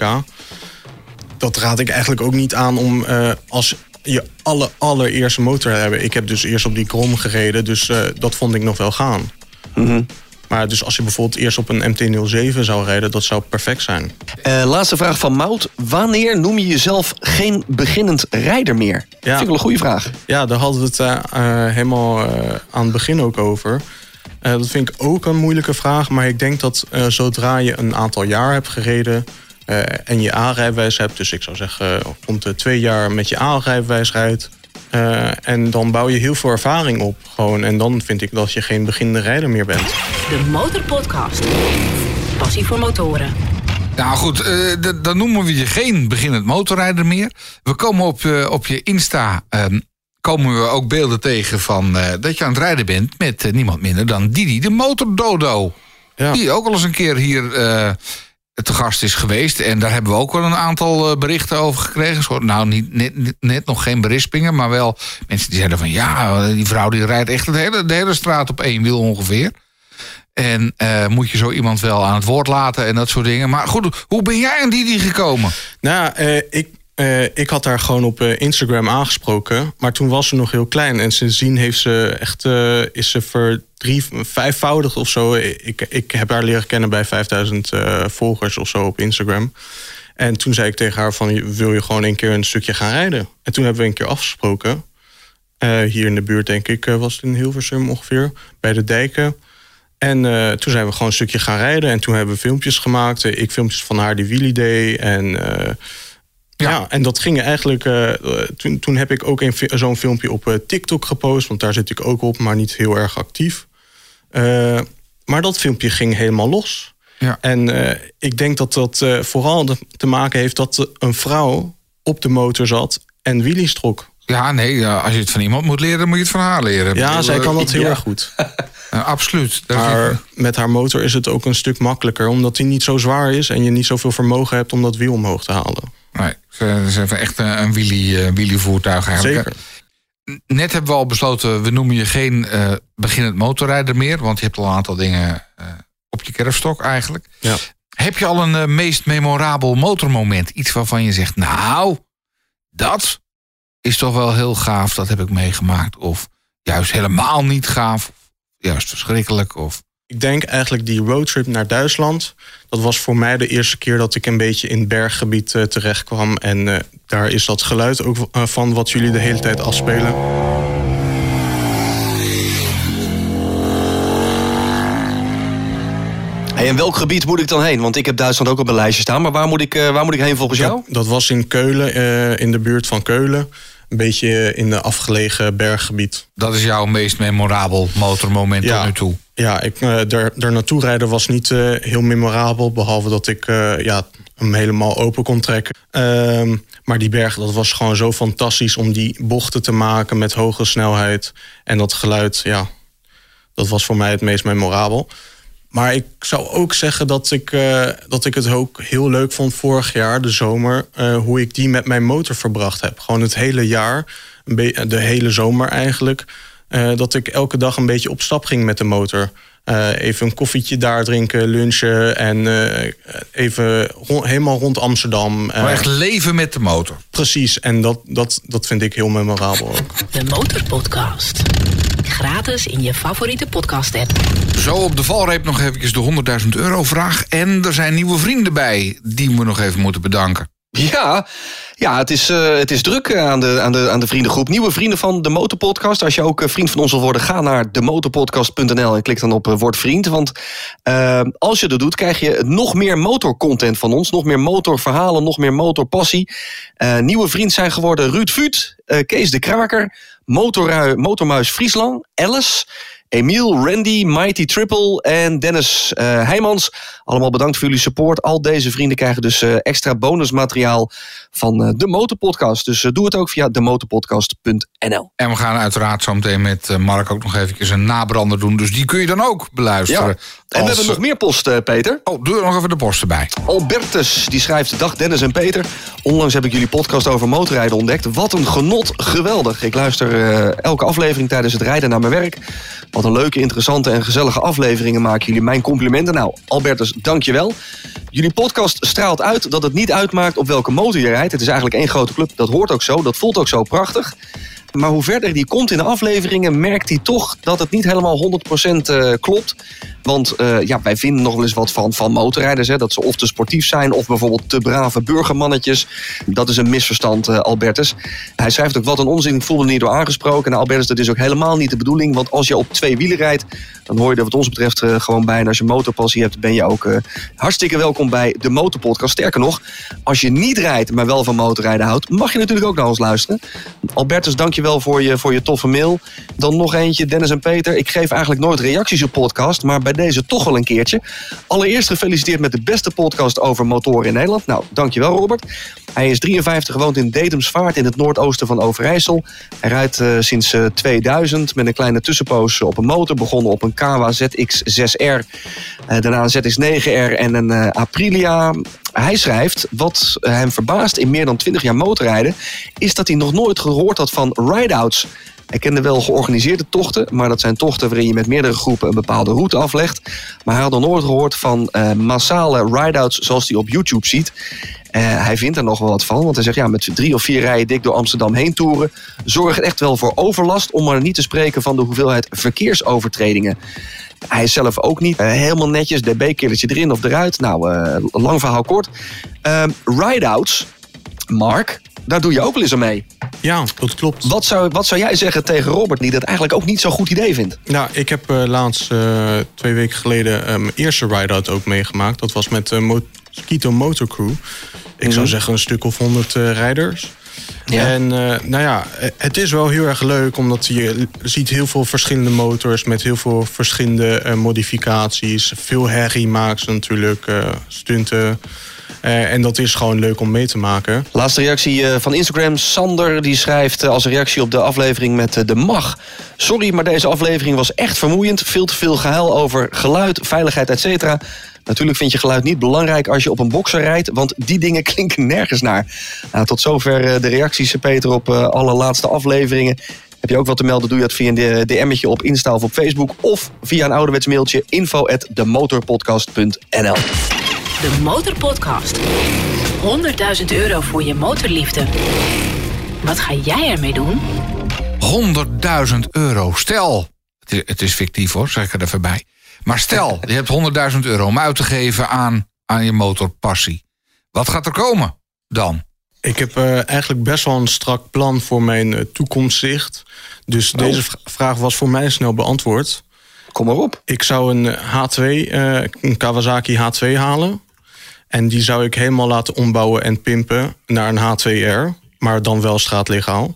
Speaker 4: Dat raad ik eigenlijk ook niet aan om... als je allereerste motor hebben. Ik heb dus eerst op die Grom gereden, dus dat vond ik nog wel gaan. Mm-hmm. Maar dus als je bijvoorbeeld eerst op een MT-07 zou rijden, dat zou perfect zijn.
Speaker 3: Laatste vraag van Mout. Wanneer noem je jezelf geen beginnend rijder meer? Ja. Dat vind ik wel een goede vraag.
Speaker 4: Ja, daar hadden we het helemaal aan het begin ook over. Dat vind ik ook een moeilijke vraag, maar ik denk dat zodra je een aantal jaar hebt gereden... en je A-rijbewijs hebt, dus ik zou zeggen rond de 2 jaar met je A-rijbewijs rijdt. En dan bouw je heel veel ervaring op. Gewoon, en dan vind ik dat je geen beginnende rijder meer bent.
Speaker 1: De Motorpodcast. Passie voor motoren.
Speaker 2: Nou goed, dan noemen we je geen beginnend motorrijder meer. We komen op je Insta... komen we ook beelden tegen van dat je aan het rijden bent... met niemand minder dan Didi, de motordodo. Ja. Die ook al eens een keer hier... te gast is geweest. En daar hebben we ook wel een aantal berichten over gekregen. Nou, net nog geen berispingen, maar wel mensen die zeiden van... ja, die vrouw die rijdt echt de hele straat op 1 wiel ongeveer. En moet je zo iemand wel aan het woord laten en dat soort dingen. Maar goed, hoe ben jij aan die gekomen? Nou,
Speaker 4: ik had haar gewoon op Instagram aangesproken. Maar toen was ze nog heel klein. En sindsdien heeft ze echt, is ze vijfvoudig of zo. Ik heb haar leren kennen bij 5000 volgers of zo op Instagram. En toen zei ik tegen haar van... wil je gewoon een keer een stukje gaan rijden? En toen hebben we een keer afgesproken. Hier in de buurt, denk ik, was het in Hilversum ongeveer. Bij de dijken. En toen zijn we gewoon een stukje gaan rijden. En toen hebben we filmpjes gemaakt. Ik filmpjes van haar die wheelie day. En... Ja, en dat ging eigenlijk... Toen heb ik ook zo'n filmpje op TikTok gepost. Want daar zit ik ook op, maar niet heel erg actief. Maar dat filmpje ging helemaal los. Ja. En ik denk dat dat vooral te maken heeft... dat een vrouw op de motor zat en wheelies trok.
Speaker 2: Ja, nee, als je het van iemand moet leren... moet je het van haar leren.
Speaker 4: Ja, zij kan dat heel erg goed.
Speaker 2: Absoluut.
Speaker 4: Maar met haar motor is het ook een stuk makkelijker... omdat die niet zo zwaar is... en je niet zoveel vermogen hebt om dat wiel omhoog te halen.
Speaker 2: Nee, ze is echt een wheelie-voertuig eigenlijk.
Speaker 4: Zeker.
Speaker 2: Net hebben we al besloten, we noemen je geen beginnend motorrijder meer... want je hebt al een aantal dingen op je kerfstok eigenlijk. Ja. Heb je al een meest memorabel motormoment? Iets waarvan je zegt, nou, dat is toch wel heel gaaf, dat heb ik meegemaakt. Of juist helemaal niet gaaf, juist verschrikkelijk. Of...
Speaker 4: Ik denk eigenlijk die roadtrip naar Duitsland... dat was voor mij de eerste keer dat ik een beetje in het berggebied terecht kwam. En daar is dat geluid ook van wat jullie de hele tijd afspelen.
Speaker 3: Hey, en welk gebied moet ik dan heen? Want ik heb Duitsland ook op mijn lijstje staan. Maar waar moet ik heen volgens jou?
Speaker 4: Dat was in Keulen, in de buurt van Keulen. Een beetje in de afgelegen berggebied.
Speaker 2: Dat is jouw meest memorabel motormoment tot nu toe?
Speaker 4: Ja, daar naartoe rijden was niet heel memorabel. Behalve dat ik hem helemaal open kon trekken. Maar die berg, dat was gewoon zo fantastisch om die bochten te maken met hoge snelheid. En dat geluid, ja, dat was voor mij het meest memorabel. Maar ik zou ook zeggen dat ik het ook heel leuk vond vorig jaar, de zomer, hoe ik die met mijn motor verbracht heb. Gewoon het hele jaar, de hele zomer eigenlijk. Dat ik elke dag een beetje op stap ging met de motor. Even een koffietje daar drinken, lunchen en even helemaal rond Amsterdam.
Speaker 2: Maar echt leven met de motor.
Speaker 4: Precies, en dat vind ik heel memorabel ook.
Speaker 1: De Motorpodcast. Gratis in je favoriete podcast-app.
Speaker 2: Zo op de valreep nog eventjes de €100.000 vraag. En er zijn nieuwe vrienden bij die we nog even moeten bedanken.
Speaker 3: Ja, het is druk aan de vriendengroep. Nieuwe vrienden van de Motorpodcast. Als je ook vriend van ons wil worden, ga naar demotorpodcast.nl en klik dan op Word Vriend. Want als je dat doet, krijg je nog meer motorcontent van ons. Nog meer motorverhalen, nog meer motorpassie. Nieuwe vriend zijn geworden Ruud Vuut, Kees de Kraker, Motormuis Friesland, Alice, Emiel, Randy, Mighty Triple en Dennis Heijmans. Allemaal bedankt voor jullie support. Al deze vrienden krijgen dus extra bonusmateriaal van de Motorpodcast. Dus doe het ook via demotorpodcast.nl.
Speaker 2: En we gaan uiteraard zo meteen met Mark ook nog eventjes een nabrander doen. Dus die kun je dan ook beluisteren.
Speaker 3: Ja. En we hebben nog meer post, Peter.
Speaker 2: Oh, doe er nog even de post erbij.
Speaker 3: Albertus, die schrijft: Dag Dennis en Peter. Onlangs heb ik jullie podcast over motorrijden ontdekt. Wat een genot, geweldig. Ik luister elke aflevering tijdens het rijden naar mijn werk. Wat een leuke, interessante en gezellige afleveringen maken jullie. Mijn complimenten. Nou, Albertus, dank je wel. Jullie podcast straalt uit dat het niet uitmaakt op welke motor je rijdt. Het is eigenlijk één grote club. Dat hoort ook zo. Dat voelt ook zo prachtig. Maar hoe verder die komt in de afleveringen, merkt hij toch dat het niet helemaal 100% klopt. Want wij vinden nog wel eens wat van motorrijders. Hè, dat ze of te sportief zijn of bijvoorbeeld te brave burgermannetjes. Dat is een misverstand, Albertus. Hij schrijft ook: wat een onzin, ik voel me niet door aangesproken. Nou, Albertus, dat is ook helemaal niet de bedoeling. Want als je op 2 wielen rijdt, dan hoor je er wat ons betreft gewoon bij. En als je motorpassie hebt, ben je ook hartstikke welkom bij de Motorpodcast. Sterker nog, als je niet rijdt, maar wel van motorrijden houdt, mag je natuurlijk ook naar ons luisteren. Albertus, dank je wel voor je toffe mail. Dan nog eentje, Dennis en Peter. Ik geef eigenlijk nooit reacties op podcast, maar bij deze toch wel een keertje. Allereerst gefeliciteerd met de beste podcast over motoren in Nederland. Nou, dankjewel Robert. Hij is 53, woont in Dedemsvaart in het noordoosten van Overijssel. Hij rijdt sinds 2000 met een kleine tussenpoos op een motor. Begonnen op een Kawa ZX6R, daarna een ZX9R en een Aprilia. Hij schrijft: wat hem verbaast in meer dan 20 jaar motorrijden, is dat hij nog nooit gehoord had van ride-outs. Hij kende wel georganiseerde tochten, maar dat zijn tochten waarin je met meerdere groepen een bepaalde route aflegt. Maar hij had nog nooit gehoord van massale ride-outs zoals hij op YouTube ziet. Hij vindt er nog wel wat van, want hij zegt: ja, met 3 of 4 rijen dik door Amsterdam heen toeren zorgt echt wel voor overlast, om maar niet te spreken van de hoeveelheid verkeersovertredingen. Hij is zelf ook niet helemaal netjes, dB-killertje erin of eruit. Nou, lang verhaal kort. Ride-outs, Mark, daar doe je ook wel eens aan mee.
Speaker 4: Ja, dat klopt.
Speaker 3: Wat zou jij zeggen tegen Robert, die dat eigenlijk ook niet zo'n goed idee vindt?
Speaker 4: Nou, ik heb laatst 2 weken geleden mijn eerste ride-out ook meegemaakt. Dat was met Mosquito Motor Crew. Ik zou zeggen een stuk of 100 rijders. Ja. En het is wel heel erg leuk, omdat je ziet heel veel verschillende motors met heel veel verschillende modificaties. Veel herrie maken ze natuurlijk, stunten. En dat is gewoon leuk om mee te maken.
Speaker 3: Laatste reactie van Instagram. Sander die schrijft als reactie op de aflevering met de MAG: sorry, maar deze aflevering was echt vermoeiend. Veel te veel gehuil over geluid, veiligheid, etc. Natuurlijk vind je geluid niet belangrijk als je op een boxer rijdt, want die dingen klinken nergens naar. Nou, tot zover de reacties, Peter, op alle laatste afleveringen. Heb je ook wat te melden, doe je dat via een DM'tje op Insta of op Facebook, of via een ouderwets mailtje info@demotorpodcast.nl.
Speaker 1: De Motorpodcast. €100.000 voor je motorliefde. Wat ga jij ermee doen?
Speaker 2: €100.000. Stel, het is fictief hoor, zeg ik er even bij. Maar stel, je hebt €100.000 om uit te geven aan je motorpassie. Wat gaat er komen dan?
Speaker 4: Ik heb eigenlijk best wel een strak plan voor mijn toekomstzicht. Dus deze vraag was voor mij snel beantwoord.
Speaker 3: Kom maar op.
Speaker 4: Ik zou een een Kawasaki H2 halen. En die zou ik helemaal laten ombouwen en pimpen naar een H2R. Maar dan wel straatlegaal.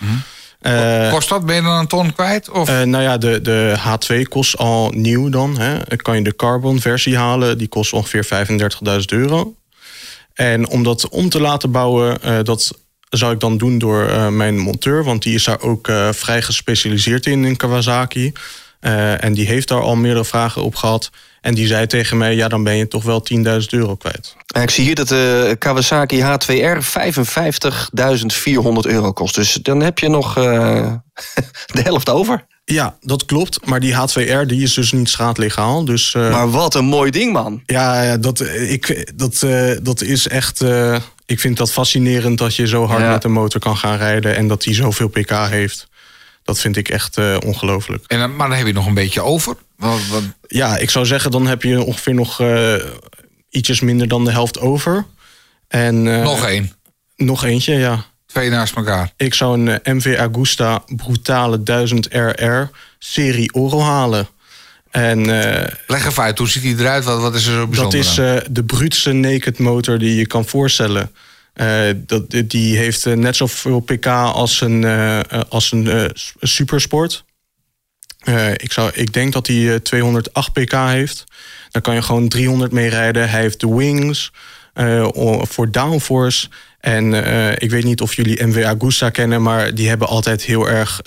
Speaker 2: Kost dat? Ben je dan een ton kwijt? Of?
Speaker 4: De H2 kost al nieuw dan. Dan kan je de carbon versie halen. Die kost ongeveer €35.000. En om dat om te laten bouwen, dat zou ik dan doen door mijn monteur. Want die is daar ook vrij gespecialiseerd in Kawasaki. En die heeft daar al meerdere vragen op gehad. En die zei tegen mij, ja, dan ben je toch wel €10.000 kwijt.
Speaker 3: Ik zie hier dat de Kawasaki H2R €55.400 kost. Dus dan heb je nog de helft over.
Speaker 4: Ja, dat klopt. Maar die H2R die is dus niet straatlegaal. Dus,
Speaker 3: maar wat een mooi ding, man.
Speaker 4: Ja, dat is echt... ik vind dat fascinerend dat je zo hard met een motor kan gaan rijden... en dat die zoveel pk heeft. Dat vind ik echt ongelooflijk.
Speaker 2: Maar dan heb je nog een beetje over?
Speaker 4: Ja, ik zou zeggen, dan heb je ongeveer nog ietsjes minder dan de helft over. En,
Speaker 2: nog één?
Speaker 4: Nog eentje, ja.
Speaker 2: 2 naast elkaar.
Speaker 4: Ik zou een MV Agusta Brutale 1000RR serie Oro halen. En,
Speaker 2: leg even uit, hoe ziet die eruit? Wat is er zo bijzonder
Speaker 4: Dat is de bruutste naked motor die je kan voorstellen. Die heeft net zoveel pk als een supersport. Ik denk dat hij 208 pk heeft. Daar kan je gewoon 300 mee rijden. Hij heeft de wings voor downforce. En ik weet niet of jullie MV Agusta kennen... maar die hebben altijd heel erg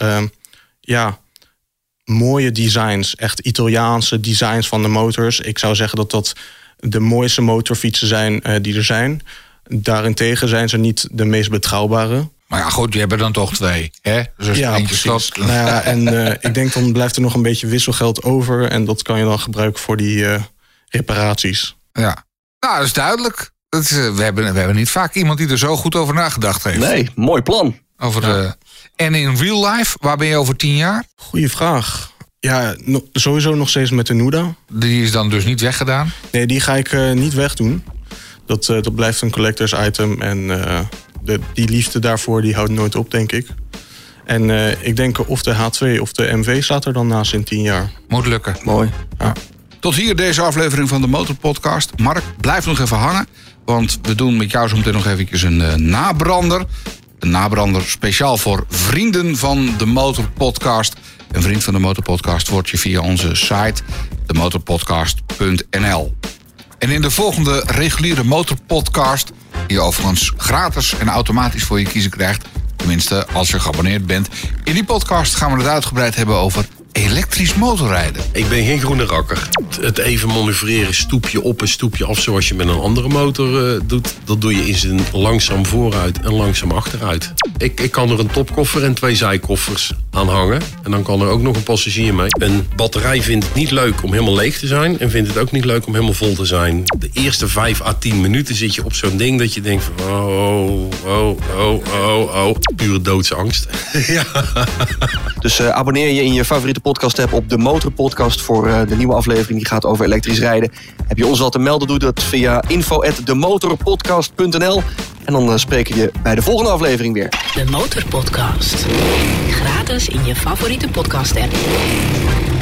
Speaker 4: mooie designs. Echt Italiaanse designs van de motors. Ik zou zeggen dat dat de mooiste motorfietsen zijn die er zijn. Daarentegen zijn ze niet de meest betrouwbare.
Speaker 2: Maar ja, goed, je hebt er dan toch 2, hè? Dus als
Speaker 4: ja,
Speaker 2: eentje
Speaker 4: precies.
Speaker 2: stopt...
Speaker 4: Nou ja, en ik denk dan blijft er nog een beetje wisselgeld over... en dat kan je dan gebruiken voor die reparaties.
Speaker 2: Ja, nou, dat is duidelijk. We hebben niet vaak iemand die er zo goed over nagedacht heeft.
Speaker 3: Nee, mooi plan.
Speaker 2: En in real life, waar ben je over 10 jaar?
Speaker 4: Goeie vraag. Ja, sowieso nog steeds met de Nuda.
Speaker 2: Die is dan dus niet weggedaan?
Speaker 4: Nee, die ga ik niet wegdoen. Dat blijft een collectors item. En die liefde daarvoor die houdt nooit op, denk ik. En ik denk of de H2 of de MV staat er dan naast in 10 jaar.
Speaker 2: Moet lukken.
Speaker 3: Mooi.
Speaker 2: Ja. Tot hier deze aflevering van de Motorpodcast. Mark, blijf nog even hangen. Want we doen met jou zo meteen nog eventjes een nabrander. Een nabrander speciaal voor vrienden van de Motorpodcast. Een vriend van de Motorpodcast wordt je via onze site, demotorpodcast.nl. En in de volgende reguliere Motorpodcast, die je overigens gratis en automatisch voor je kiezen krijgt, tenminste als je geabonneerd bent, in die podcast gaan we het uitgebreid hebben over elektrisch motorrijden.
Speaker 5: Ik ben geen groene rakker. Het even manoeuvreren, stoepje op en stoepje af zoals je met een andere motor doet, dat doe je in zijn langzaam vooruit en langzaam achteruit. Ik kan er een topkoffer en 2 zijkoffers aan hangen. En dan kan er ook nog een passagier mee. Een batterij vindt het niet leuk om helemaal leeg te zijn en vindt het ook niet leuk om helemaal vol te zijn. De eerste 5 à 10 minuten zit je op zo'n ding dat je denkt van pure doodsangst. Ja.
Speaker 3: Dus abonneer je in je favoriete podcast-app op de Motorpodcast voor de nieuwe aflevering die gaat over elektrisch rijden. Heb je ons al te melden, doe dat via info@demotorpodcast.nl. En dan spreken we je bij de volgende aflevering weer.
Speaker 1: De Motorpodcast. Gratis in je favoriete podcast-app.